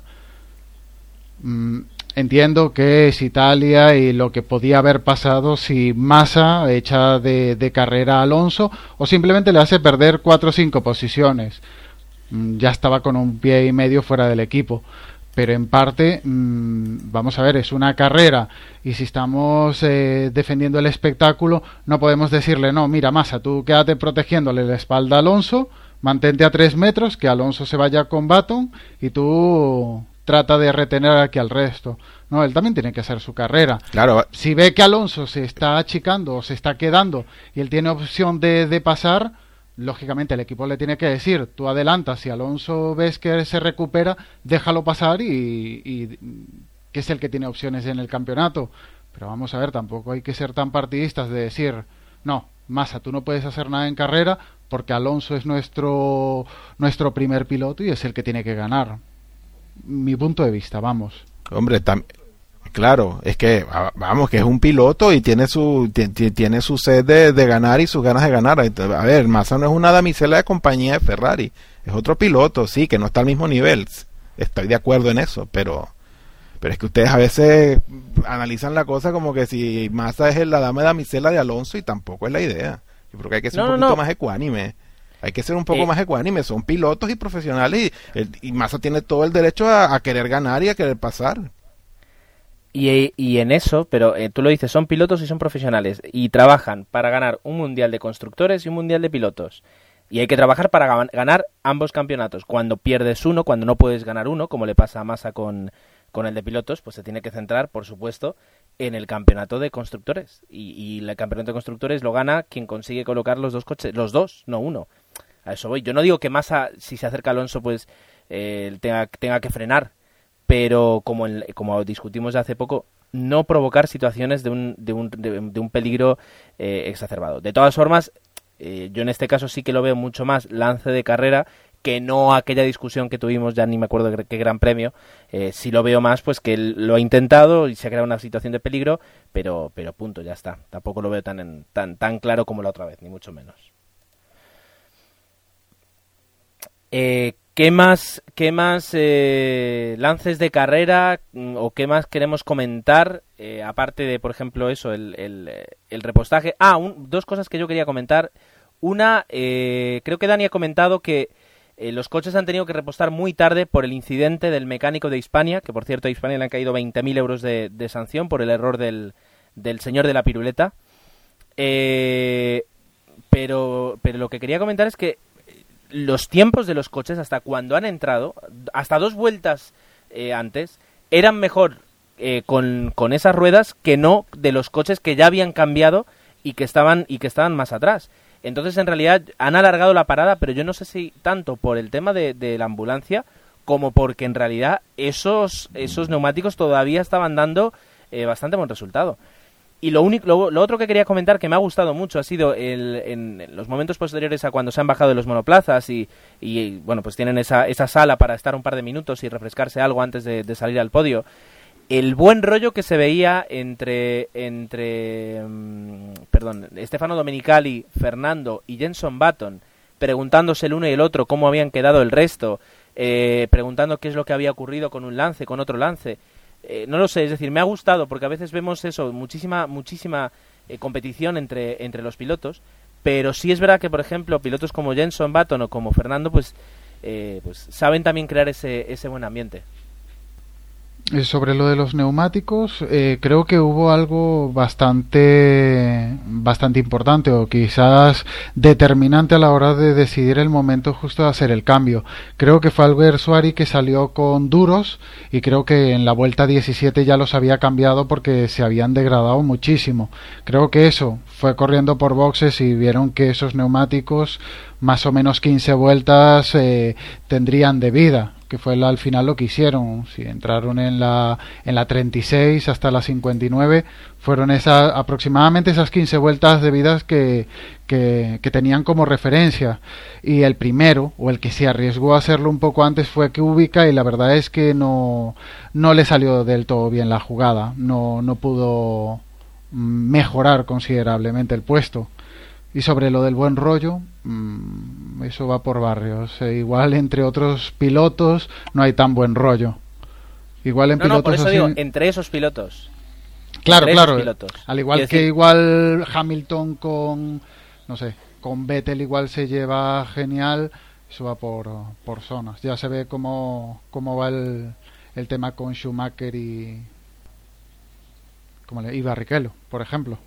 Entiendo que es Italia y lo que podía haber pasado si Massa echa de carrera a Alonso o simplemente le hace perder 4 o 5 posiciones. Ya estaba con un pie y medio fuera del equipo. Pero en parte, vamos a ver, es una carrera y si estamos defendiendo el espectáculo, no podemos decirle, no, mira Massa, tú quédate protegiéndole la espalda a Alonso, mantente a 3 metros, que Alonso se vaya con Baton y tú trata de retener aquí al resto. No, él también tiene que hacer su carrera. Claro. Si ve que Alonso se está achicando o se está quedando y él tiene opción de pasar, lógicamente el equipo le tiene que decir, tú adelantas, si Alonso ves que se recupera, déjalo pasar y que es el que tiene opciones en el campeonato. Pero vamos a ver, tampoco hay que ser tan partidistas de decir, no, Massa, tú no puedes hacer nada en carrera porque Alonso es nuestro primer piloto y es el que tiene que ganar. Mi punto de vista, vamos. Hombre, claro, es que vamos, que es un piloto y tiene su sed de ganar y sus ganas de ganar. A ver, Massa no es una damisela de compañía de Ferrari, es otro piloto, sí, que no está al mismo nivel. Estoy de acuerdo en eso, pero es que ustedes a veces analizan la cosa como que si Massa es la damisela de Alonso, y tampoco es la idea. Yo creo que hay que ser un poquito más ecuánime. Hay que ser un poco más ecuánime. Son pilotos y profesionales y Massa tiene todo el derecho a querer ganar y a querer pasar. Y en eso, pero tú lo dices, son pilotos y son profesionales y trabajan para ganar un mundial de constructores y un mundial de pilotos. Y hay que trabajar para ganar ambos campeonatos. Cuando pierdes uno, cuando no puedes ganar uno, como le pasa a Massa con el de pilotos, pues se tiene que centrar, por supuesto, en el campeonato de constructores. Y el campeonato de constructores lo gana quien consigue colocar los dos, no uno. A eso voy. Yo no digo que Massa, si se acerca a Alonso, pues tenga que frenar. Pero como discutimos hace poco, no provocar situaciones de un peligro exacerbado. De todas formas, yo en este caso sí que lo veo mucho más lance de carrera que no aquella discusión que tuvimos, ya ni me acuerdo de qué gran premio. Sí lo veo más, pues que él lo ha intentado y se ha creado una situación de peligro, pero punto, ya está. Tampoco lo veo tan claro como la otra vez, ni mucho menos. ¿Qué más lances de carrera o qué más queremos comentar? Aparte de, por ejemplo, eso, el repostaje. Dos cosas que yo quería comentar. Una, creo que Dani ha comentado que los coches han tenido que repostar muy tarde por el incidente del mecánico de Hispania, que por cierto a Hispania le han caído 20.000 euros de sanción por el error del señor de la piruleta. Pero lo que quería comentar es que los tiempos de los coches, hasta cuando han entrado, hasta 2 vueltas antes, eran mejor con esas ruedas que no de los coches que ya habían cambiado y que estaban más atrás. Entonces, en realidad, han alargado la parada, pero yo no sé si tanto por el tema de la ambulancia como porque en realidad esos neumáticos todavía estaban dando bastante buen resultado. Y lo otro que quería comentar que me ha gustado mucho ha sido en los momentos posteriores a cuando se han bajado de los monoplazas y bueno, pues tienen esa sala para estar un par de minutos y refrescarse algo antes de salir al podio. El buen rollo que se veía entre Stefano Domenicali, Fernando y Jenson Button, preguntándose el uno y el otro cómo habían quedado el resto, preguntando qué es lo que había ocurrido con un lance, con otro lance. No lo sé, es decir, me ha gustado porque a veces vemos eso, muchísima competición entre los pilotos, pero sí es verdad que, por ejemplo, pilotos como Jenson Button o como Fernando, pues saben también crear ese buen ambiente. Sobre lo de los neumáticos, creo que hubo algo bastante importante o quizás determinante a la hora de decidir el momento justo de hacer el cambio. Creo que fue Albert Suari que salió con duros y creo que en la vuelta 17 ya los había cambiado porque se habían degradado muchísimo. Creo que eso, fue corriendo por boxes y vieron que esos neumáticos más o menos 15 vueltas tendrían de vida, que fue al final lo que hicieron. Si entraron en la 36 hasta la 59, fueron aproximadamente esas 15 vueltas de vidas que tenían como referencia. Y el primero, o el que se arriesgó a hacerlo un poco antes, fue Kubica, y la verdad es que no le salió del todo bien la jugada, no pudo mejorar considerablemente el puesto. Y sobre lo del buen rollo, eso va por barrios. Igual entre otros pilotos no hay tan buen rollo. Igual en pilotos por eso así... digo, entre esos pilotos. Claro. Pilotos. Al igual que igual Hamilton con Vettel igual se lleva genial, eso va por zonas. Ya se ve cómo va el tema con Schumacher y Barrichello, por ejemplo.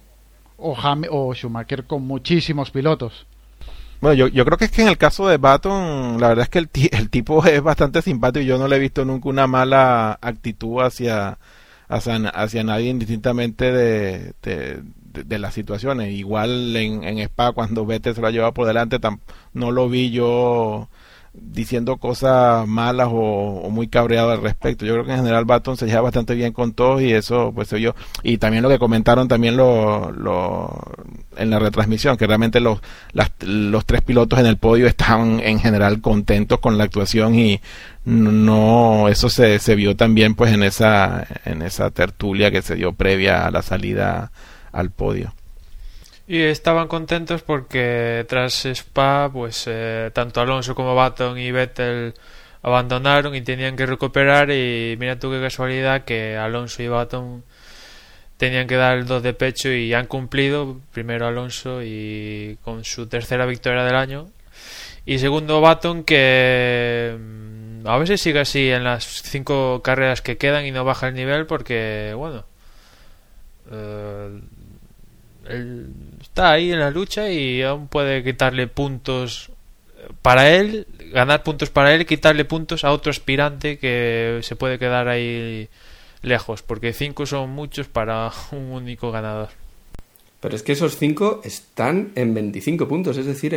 O Schumacher con muchísimos pilotos. Bueno, yo creo que es que en el caso de Button, la verdad es que el tipo es bastante simpático y yo no le he visto nunca una mala actitud hacia nadie, indistintamente de las situaciones. Igual en Spa, cuando Vettel se lo ha llevado por delante, no lo vi yo diciendo cosas malas o muy cabreado al respecto. Yo creo que en general Button se lleva bastante bien con todos y eso pues se oyó. Y también lo que comentaron también en la retransmisión, que realmente los 3 pilotos en el podio estaban en general contentos con la actuación y no eso se vio también pues en esa tertulia que se dio previa a la salida al podio. Y estaban contentos porque tras Spa, pues tanto Alonso como Button y Vettel abandonaron y tenían que recuperar. Y mira tú qué casualidad que Alonso y Button tenían que dar el 2 de pecho y han cumplido. Primero Alonso y con su tercera victoria del año. Y segundo Button, que a veces sigue así en las 5 carreras que quedan y no baja el nivel porque, bueno... él está ahí en la lucha y aún puede quitarle puntos para él, ganar puntos para él y quitarle puntos a otro aspirante que se puede quedar ahí lejos, porque 5 son muchos para un único ganador. Pero es que esos 5 están en 25 puntos, es decir,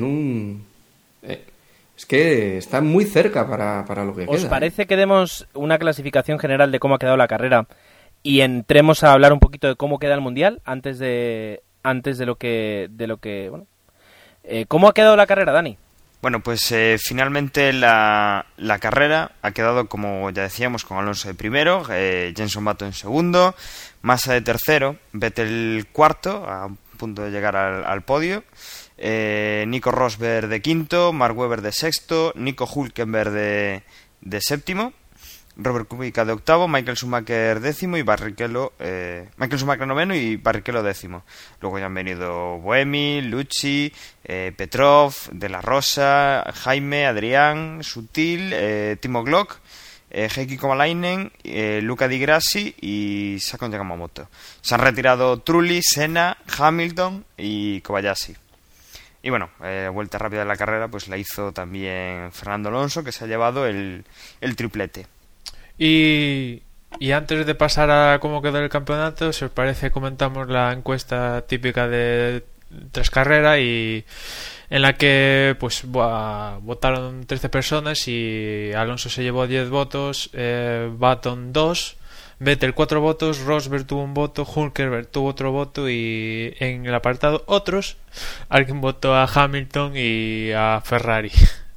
es que están muy cerca para lo que queda. ¿Os parece que demos una clasificación general de cómo ha quedado la carrera y entremos a hablar un poquito de cómo queda el mundial antes de lo que bueno, ¿cómo ha quedado la carrera, Dani? Bueno, pues finalmente la carrera ha quedado, como ya decíamos, con Alonso de primero, Jenson Button en segundo, Massa de tercero, Vettel cuarto, a punto de llegar al podio, Nico Rosberg de quinto, Mark Webber de sexto, Nico Hülkenberg de séptimo, Robert Kubica de octavo, Michael Schumacher décimo y Michael Schumacher noveno y Barrichello décimo. Luego ya han venido Buemi, Lucci, Petrov, De La Rosa, Jaime, Adrián, Sutil, Timo Glock, Heikki Kovalainen, Luca Di Grassi y Sakon Yamamoto. Se han retirado Trulli, Senna, Hamilton y Kobayashi. Y bueno, vuelta rápida de la carrera pues la hizo también Fernando Alonso, que se ha llevado el triplete. Y antes de pasar a cómo quedó el campeonato, si os parece, comentamos la encuesta típica de tras carrera, y en la que pues votaron 13 personas y Alonso se llevó 10 votos, Button 2, Vettel 4 votos, Rosberg tuvo un voto, Hülkenberg tuvo otro voto, y en el apartado otros alguien votó a Hamilton y a Ferrari.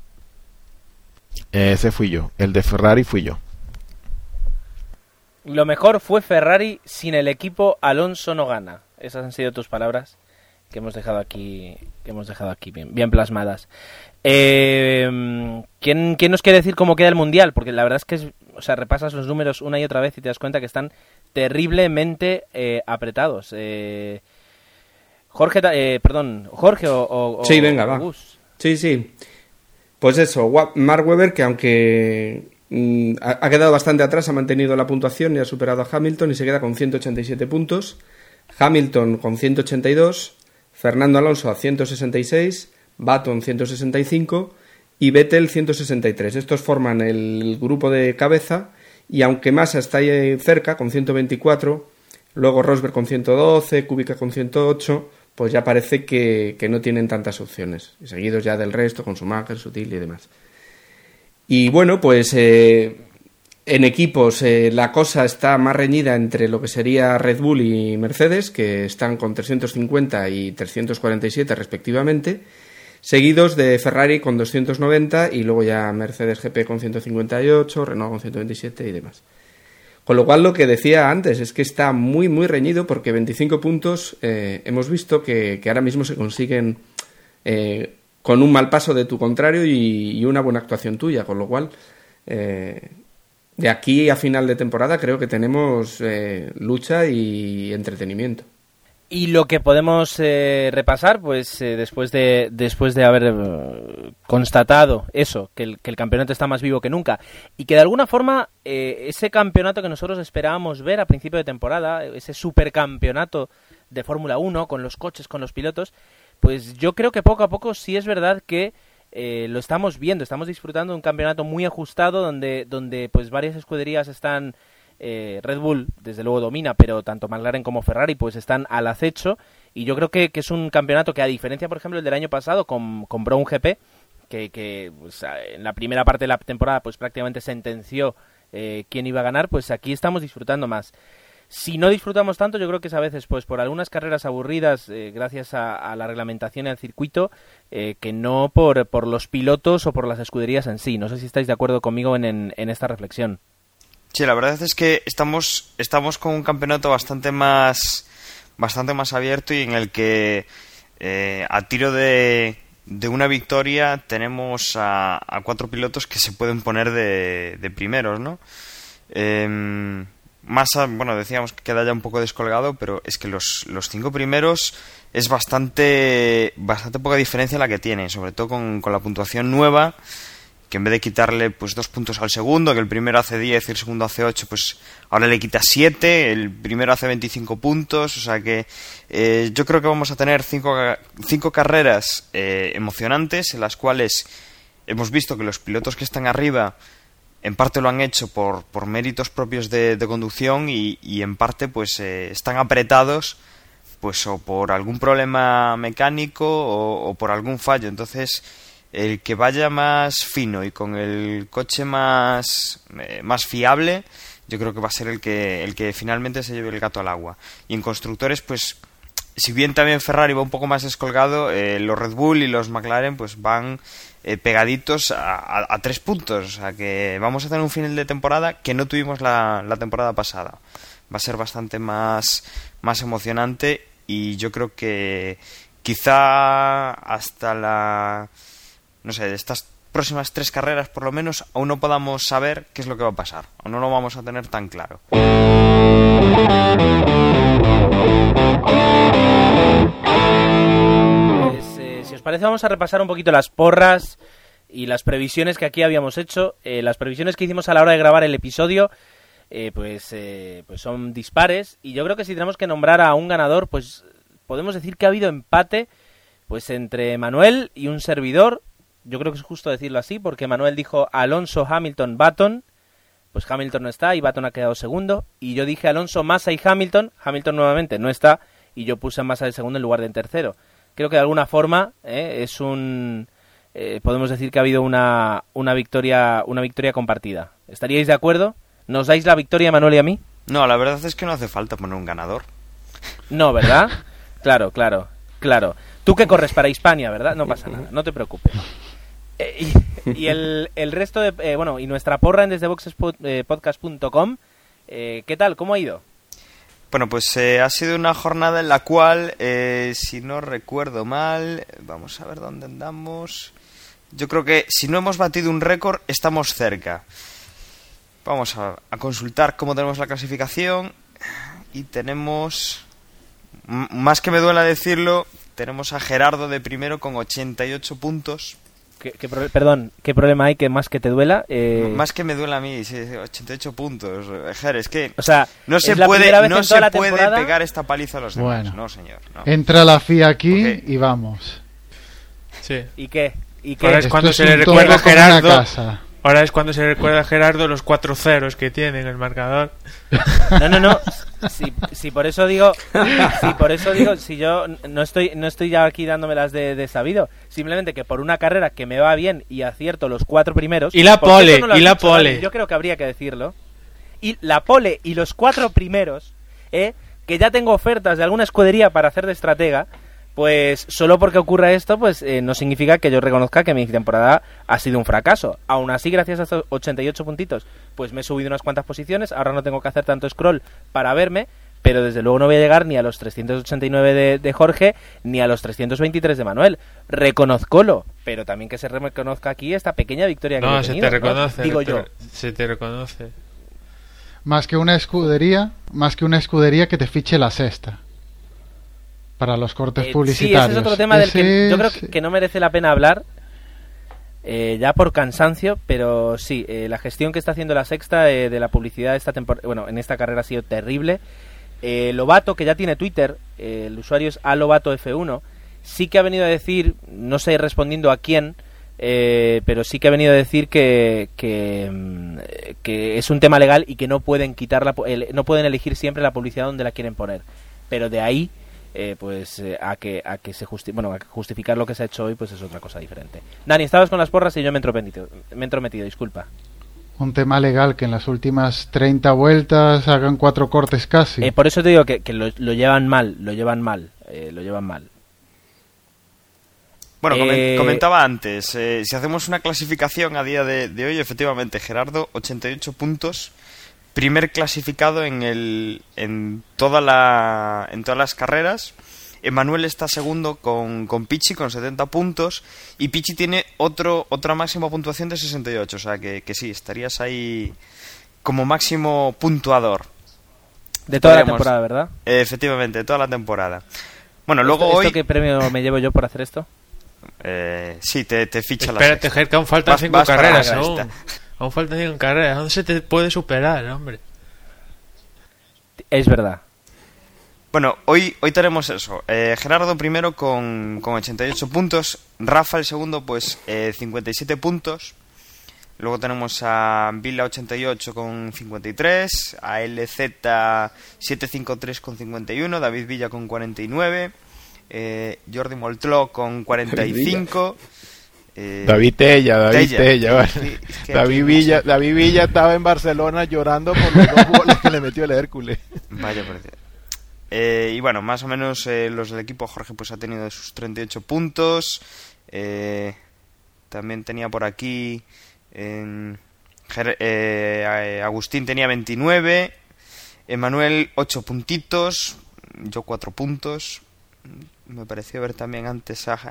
Ese fui yo, el de Ferrari fui yo. Lo mejor fue Ferrari, sin el equipo Alonso no gana. Esas han sido tus palabras que hemos dejado aquí bien plasmadas. ¿Quién nos quiere decir cómo queda el Mundial? Porque la verdad es que repasas los números una y otra vez y te das cuenta que están terriblemente apretados. Jorge o sí, venga, va. Gus. Sí. Pues eso, Mark Webber, que aunque ha quedado bastante atrás, ha mantenido la puntuación y ha superado a Hamilton y se queda con 187 puntos. Hamilton con 182, Fernando Alonso a 166, Button 165 y Vettel 163. Estos forman el grupo de cabeza, y aunque Massa está ahí cerca con 124, luego Rosberg con 112, Kubica con 108, pues ya parece que no tienen tantas opciones, seguidos ya del resto con Schumacher, Sutil y demás. Y bueno, pues en equipos la cosa está más reñida entre lo que sería Red Bull y Mercedes, que están con 350 y 347 respectivamente, seguidos de Ferrari con 290 y luego ya Mercedes GP con 158, Renault con 127 y demás. Con lo cual, lo que decía antes es que está muy muy reñido, porque 25 puntos hemos visto que ahora mismo se consiguen con un mal paso de tu contrario y una buena actuación tuya, con lo cual de aquí a final de temporada creo que tenemos lucha y entretenimiento. Y lo que podemos repasar, pues después de haber constatado eso, que el campeonato está más vivo que nunca, y que de alguna forma ese campeonato que nosotros esperábamos ver a principio de temporada, ese supercampeonato de Fórmula 1 con los coches, con los pilotos, pues yo creo que poco a poco sí es verdad que lo estamos viendo, estamos disfrutando de un campeonato muy ajustado donde pues varias escuderías están... Red Bull desde luego domina, pero tanto McLaren como Ferrari pues están al acecho, y yo creo que es un campeonato que, a diferencia por ejemplo el del año pasado con Brown GP, que pues, en la primera parte de la temporada pues prácticamente sentenció quién iba a ganar, pues aquí estamos disfrutando más. Si no disfrutamos tanto, yo creo que es a veces pues por algunas carreras aburridas gracias a la reglamentación y al circuito, que no por los pilotos o por las escuderías en sí. No sé si estáis de acuerdo conmigo en esta reflexión. Sí, la verdad es que estamos con un campeonato bastante más abierto, y en el que a tiro de una victoria tenemos a 4 pilotos que se pueden poner de primeros, ¿no? Massa, bueno, decíamos que queda ya un poco descolgado, pero es que los 5 primeros es bastante poca diferencia la que tienen, sobre todo con la puntuación nueva, que en vez de quitarle pues 2 puntos al segundo, que el primero hace 10 y el segundo hace 8, pues ahora le quita 7, el primero hace 25 puntos, o sea que yo creo que vamos a tener 5 carreras emocionantes, en las cuales hemos visto que los pilotos que están arriba en parte lo han hecho por méritos propios de conducción, y en parte pues están apretados pues o por algún problema mecánico o por algún fallo. Entonces el que vaya más fino y con el coche más fiable, yo creo que va a ser el que finalmente se lleve el gato al agua. Y en constructores, pues si bien también Ferrari va un poco más descolgado, los Red Bull y los McLaren pues van pegaditos a 3 puntos. O sea que vamos a tener un final de temporada que no tuvimos la temporada pasada. Va a ser bastante más emocionante, y yo creo que quizá hasta no sé, de estas próximas 3 carreras por lo menos aún no podamos saber qué es lo que va a pasar. Aún no lo vamos a tener tan claro. Si os parece, vamos a repasar un poquito las porras y las previsiones que aquí habíamos hecho. Las previsiones que hicimos a la hora de grabar el episodio pues son dispares, y yo creo que si tenemos que nombrar a un ganador, pues podemos decir que ha habido empate pues entre Manuel y un servidor. Yo creo que es justo decirlo así, porque Manuel dijo Alonso, Hamilton, Button. Pues Hamilton no está y Button ha quedado segundo. Y yo dije Alonso, Massa y Hamilton. Hamilton nuevamente no está y yo puse a Massa de segundo en lugar de en tercero. Creo que de alguna forma podemos decir que ha habido una victoria compartida. ¿Estaríais de acuerdo? ¿Nos dais la victoria a Manuel y a mí? No, la verdad es que no hace falta poner un ganador. No, ¿verdad? Claro. Tú que corres para Hispania, ¿verdad? No pasa nada, no te preocupes. Y el resto de... y nuestra porra en desdeboxespodcast.com, ¿qué tal? ¿Cómo ha ido? Bueno, pues ha sido una jornada en la cual, si no recuerdo mal, vamos a ver dónde andamos. Yo creo que si no hemos batido un récord, estamos cerca. Vamos a consultar cómo tenemos la clasificación. Y tenemos, más que me duela decirlo, tenemos a Gerardo de primero con 88 puntos. Perdón, ¿qué problema hay que más que te duela? Más que me duela a mí, sí, 88 puntos. Ger, es que o sea, no se puede pegar esta paliza a los demás. Bueno, no, señor. No. Entra la FIA aquí y vamos. Sí. ¿Y qué? Ahora es cuando se le recuerda a Gerardo. Ahora es cuando se le recuerda a Gerardo los 4 ceros que tiene en el marcador. No. Si por eso digo, si yo no estoy ya aquí dándomelas de sabido, simplemente que por una carrera que me va bien y acierto los 4 primeros. Y la pole, Dani, yo creo que habría que decirlo. Y la pole y los 4 primeros, que ya tengo ofertas de alguna escudería para hacer de estratega. Pues solo porque ocurra esto, pues no significa que yo reconozca que mi temporada ha sido un fracaso. Aún así, gracias a estos 88 puntitos, pues me he subido unas cuantas posiciones. Ahora no tengo que hacer tanto scroll para verme, pero desde luego no voy a llegar ni a los 389 de Jorge, ni a los 323 de Manuel. Reconozcólo, pero también que se reconozca aquí esta pequeña victoria que he tenido. No, se te reconoce. Digo yo. Se te reconoce. Más que una escudería que te fiche la sexta. Para los cortes publicitarios. Sí, ese es otro tema del que yo creo que no merece la pena hablar, ya por cansancio, pero sí, la gestión que está haciendo la sexta de la publicidad esta en esta carrera ha sido terrible. Lobato, que ya tiene Twitter, el usuario es alobato_f1, sí que ha venido a decir, no sé respondiendo a quién, pero sí que ha venido a decir que es un tema legal y que no pueden no pueden elegir siempre la publicidad donde la quieren poner, pero de ahí a justificar lo que se ha hecho hoy, pues es otra cosa diferente. Dani, estabas con las porras y yo me he entrometido, disculpa. Un tema legal, que en las últimas 30 vueltas hagan 4 cortes casi. Por eso te digo que lo llevan mal. Bueno, comentaba antes, si hacemos una clasificación a día de hoy, efectivamente, Gerardo, 88 puntos. Primer clasificado en todas las carreras. Emanuel está segundo con Pichi con 70 puntos. Y Pichi tiene otra máxima puntuación de 68. O sea que sí, estarías ahí como máximo puntuador. De toda la temporada, ¿verdad? Efectivamente, de toda la temporada. Bueno, luego hoy... ¿Qué premio me llevo yo por hacer esto? Sí, te ficha la sexta. Espérate, Ger, que aún faltan 5 carreras aún. Aún faltan 5 carreras. ¿Dónde se te puede superar, hombre? Es verdad. Bueno, hoy tenemos eso. Gerardo primero con 88 puntos. Rafa el segundo, pues 57 puntos. Luego tenemos a Vila 88 con 53. A LZ 753 con 51. David Villa con 49. Jordi Moltló con 45. David Tella, vale. Sí, es que David Villa estaba en Barcelona llorando por los 2 goles que le metió el Hércules. Vaya por Dios. Y bueno, más o menos los del equipo Jorge pues ha tenido sus 38 puntos. También tenía por aquí Agustín tenía 29, Emanuel 8 puntitos, yo 4 puntos. Me pareció ver también antes a...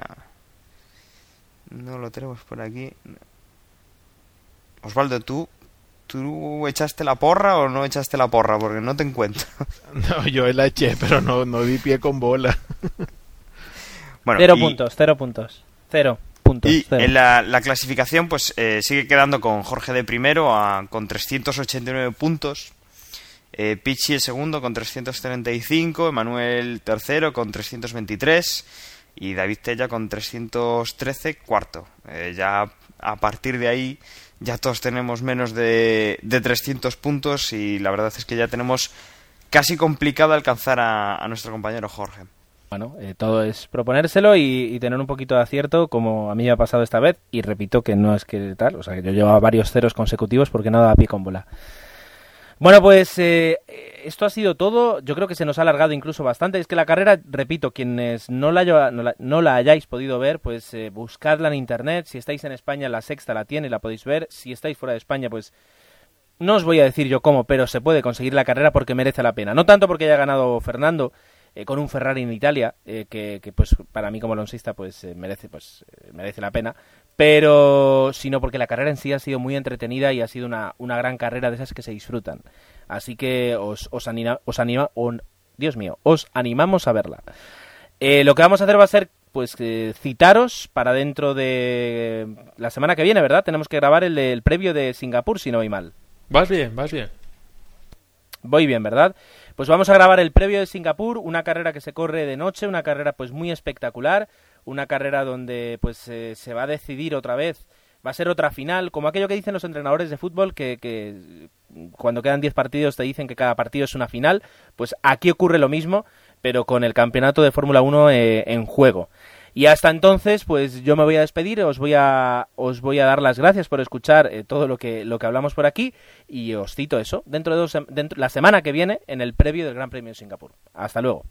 No lo tenemos por aquí. Osvaldo, ¿tú echaste la porra o no echaste la porra? Porque no te encuentro. No, yo la eché, pero no di pie con bola. Bueno, 0 puntos. 0 puntos. Y en la clasificación pues sigue quedando con Jorge de primero con 389 puntos, Pichi el segundo con 335, Emanuel tercero con 323 y David Tella con 313 cuarto. Ya a partir de ahí ya todos tenemos menos de 300 puntos y la verdad es que ya tenemos casi complicado alcanzar a nuestro compañero Jorge. Bueno, todo es proponérselo y tener un poquito de acierto, como a mí me ha pasado esta vez, y repito que no es que tal, o sea, que yo llevaba varios ceros consecutivos porque no daba pie con bola. Bueno, pues esto ha sido todo. Yo creo que se nos ha alargado incluso bastante. Es que la carrera, repito, quienes no la hayáis podido ver, pues buscadla en internet. Si estáis en España, La Sexta la tiene, la podéis ver. Si estáis fuera de España, pues no os voy a decir yo cómo, pero se puede conseguir la carrera porque merece la pena. No tanto porque haya ganado Fernando con un Ferrari en Italia, que pues para mí como alonsista pues merece la pena, pero sino porque la carrera en sí ha sido muy entretenida y ha sido una gran carrera de esas que se disfrutan. Así que os animamos a verla. Lo que vamos a hacer va a ser pues citaros para dentro de la semana que viene, ¿verdad? Tenemos que grabar el previo de Singapur, si no voy mal. Vas bien. Voy bien, ¿verdad? Pues vamos a grabar el previo de Singapur, una carrera que se corre de noche, una carrera pues muy espectacular, una carrera donde pues se va a decidir otra vez, va a ser otra final, como aquello que dicen los entrenadores de fútbol, que cuando quedan 10 partidos te dicen que cada partido es una final, pues aquí ocurre lo mismo, pero con el campeonato de Fórmula 1 en juego. Y hasta entonces, pues yo me voy a despedir, os voy a dar las gracias por escuchar todo lo que hablamos por aquí y os cito eso dentro de la semana que viene en el previo del Gran Premio de Singapur. Hasta luego.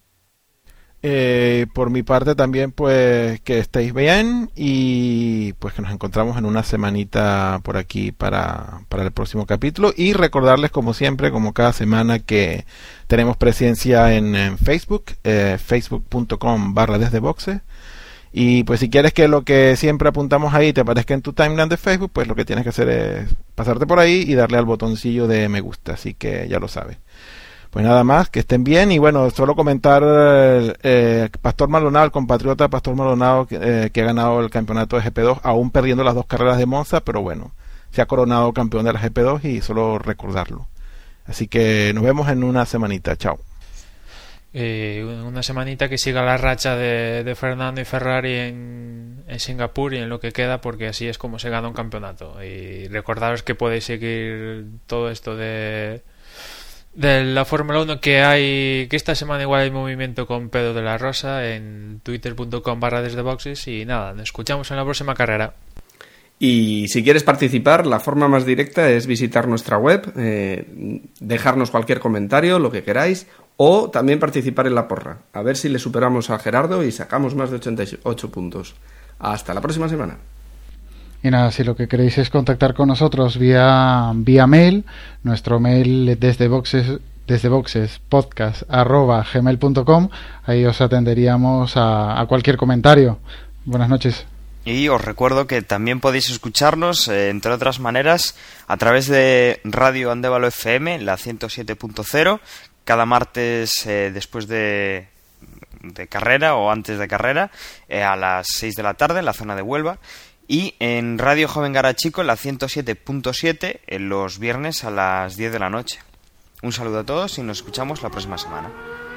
Por mi parte también pues que estéis bien y pues que nos encontramos en una semanita por aquí para el próximo capítulo y recordarles como siempre, como cada semana, que tenemos presencia en Facebook, facebook.com/desdeboxes, y pues si quieres que lo que siempre apuntamos ahí te aparezca en tu timeline de Facebook, pues lo que tienes que hacer es pasarte por ahí y darle al botoncillo de me gusta, así que ya lo sabes. Pues nada más, que estén bien y bueno, solo comentar Pastor Maldonado, el compatriota Pastor Maldonado que ha ganado el campeonato de GP2, aún perdiendo las 2 carreras de Monza, pero bueno, se ha coronado campeón de la GP2 y solo recordarlo. Así que nos vemos en una semanita, chao. Una semanita que siga la racha de Fernando y Ferrari en Singapur y en lo que queda, porque así es como se gana un campeonato. Y recordaros que podéis seguir todo esto de la Fórmula 1 que esta semana igual hay movimiento con Pedro de la Rosa en twitter.com/desdeboxes y nada, nos escuchamos en la próxima carrera. Y si quieres participar, la forma más directa es visitar nuestra web, dejarnos cualquier comentario, lo que queráis, o también participar en la porra. A ver si le superamos a Gerardo y sacamos más de 88 puntos. Hasta la próxima semana. Y nada, si lo que queréis es contactar con nosotros vía mail, nuestro mail desde boxes podcast@gmail.com, ahí os atenderíamos a cualquier comentario. Buenas noches. Y os recuerdo que también podéis escucharnos, entre otras maneras, a través de Radio Andévalo FM, la 107.0, cada martes después de carrera o antes de carrera, a las 6 de la tarde en la zona de Huelva. Y en Radio Joven Garachico, la 107.7, en los viernes a las 10 de la noche. Un saludo a todos y nos escuchamos la próxima semana.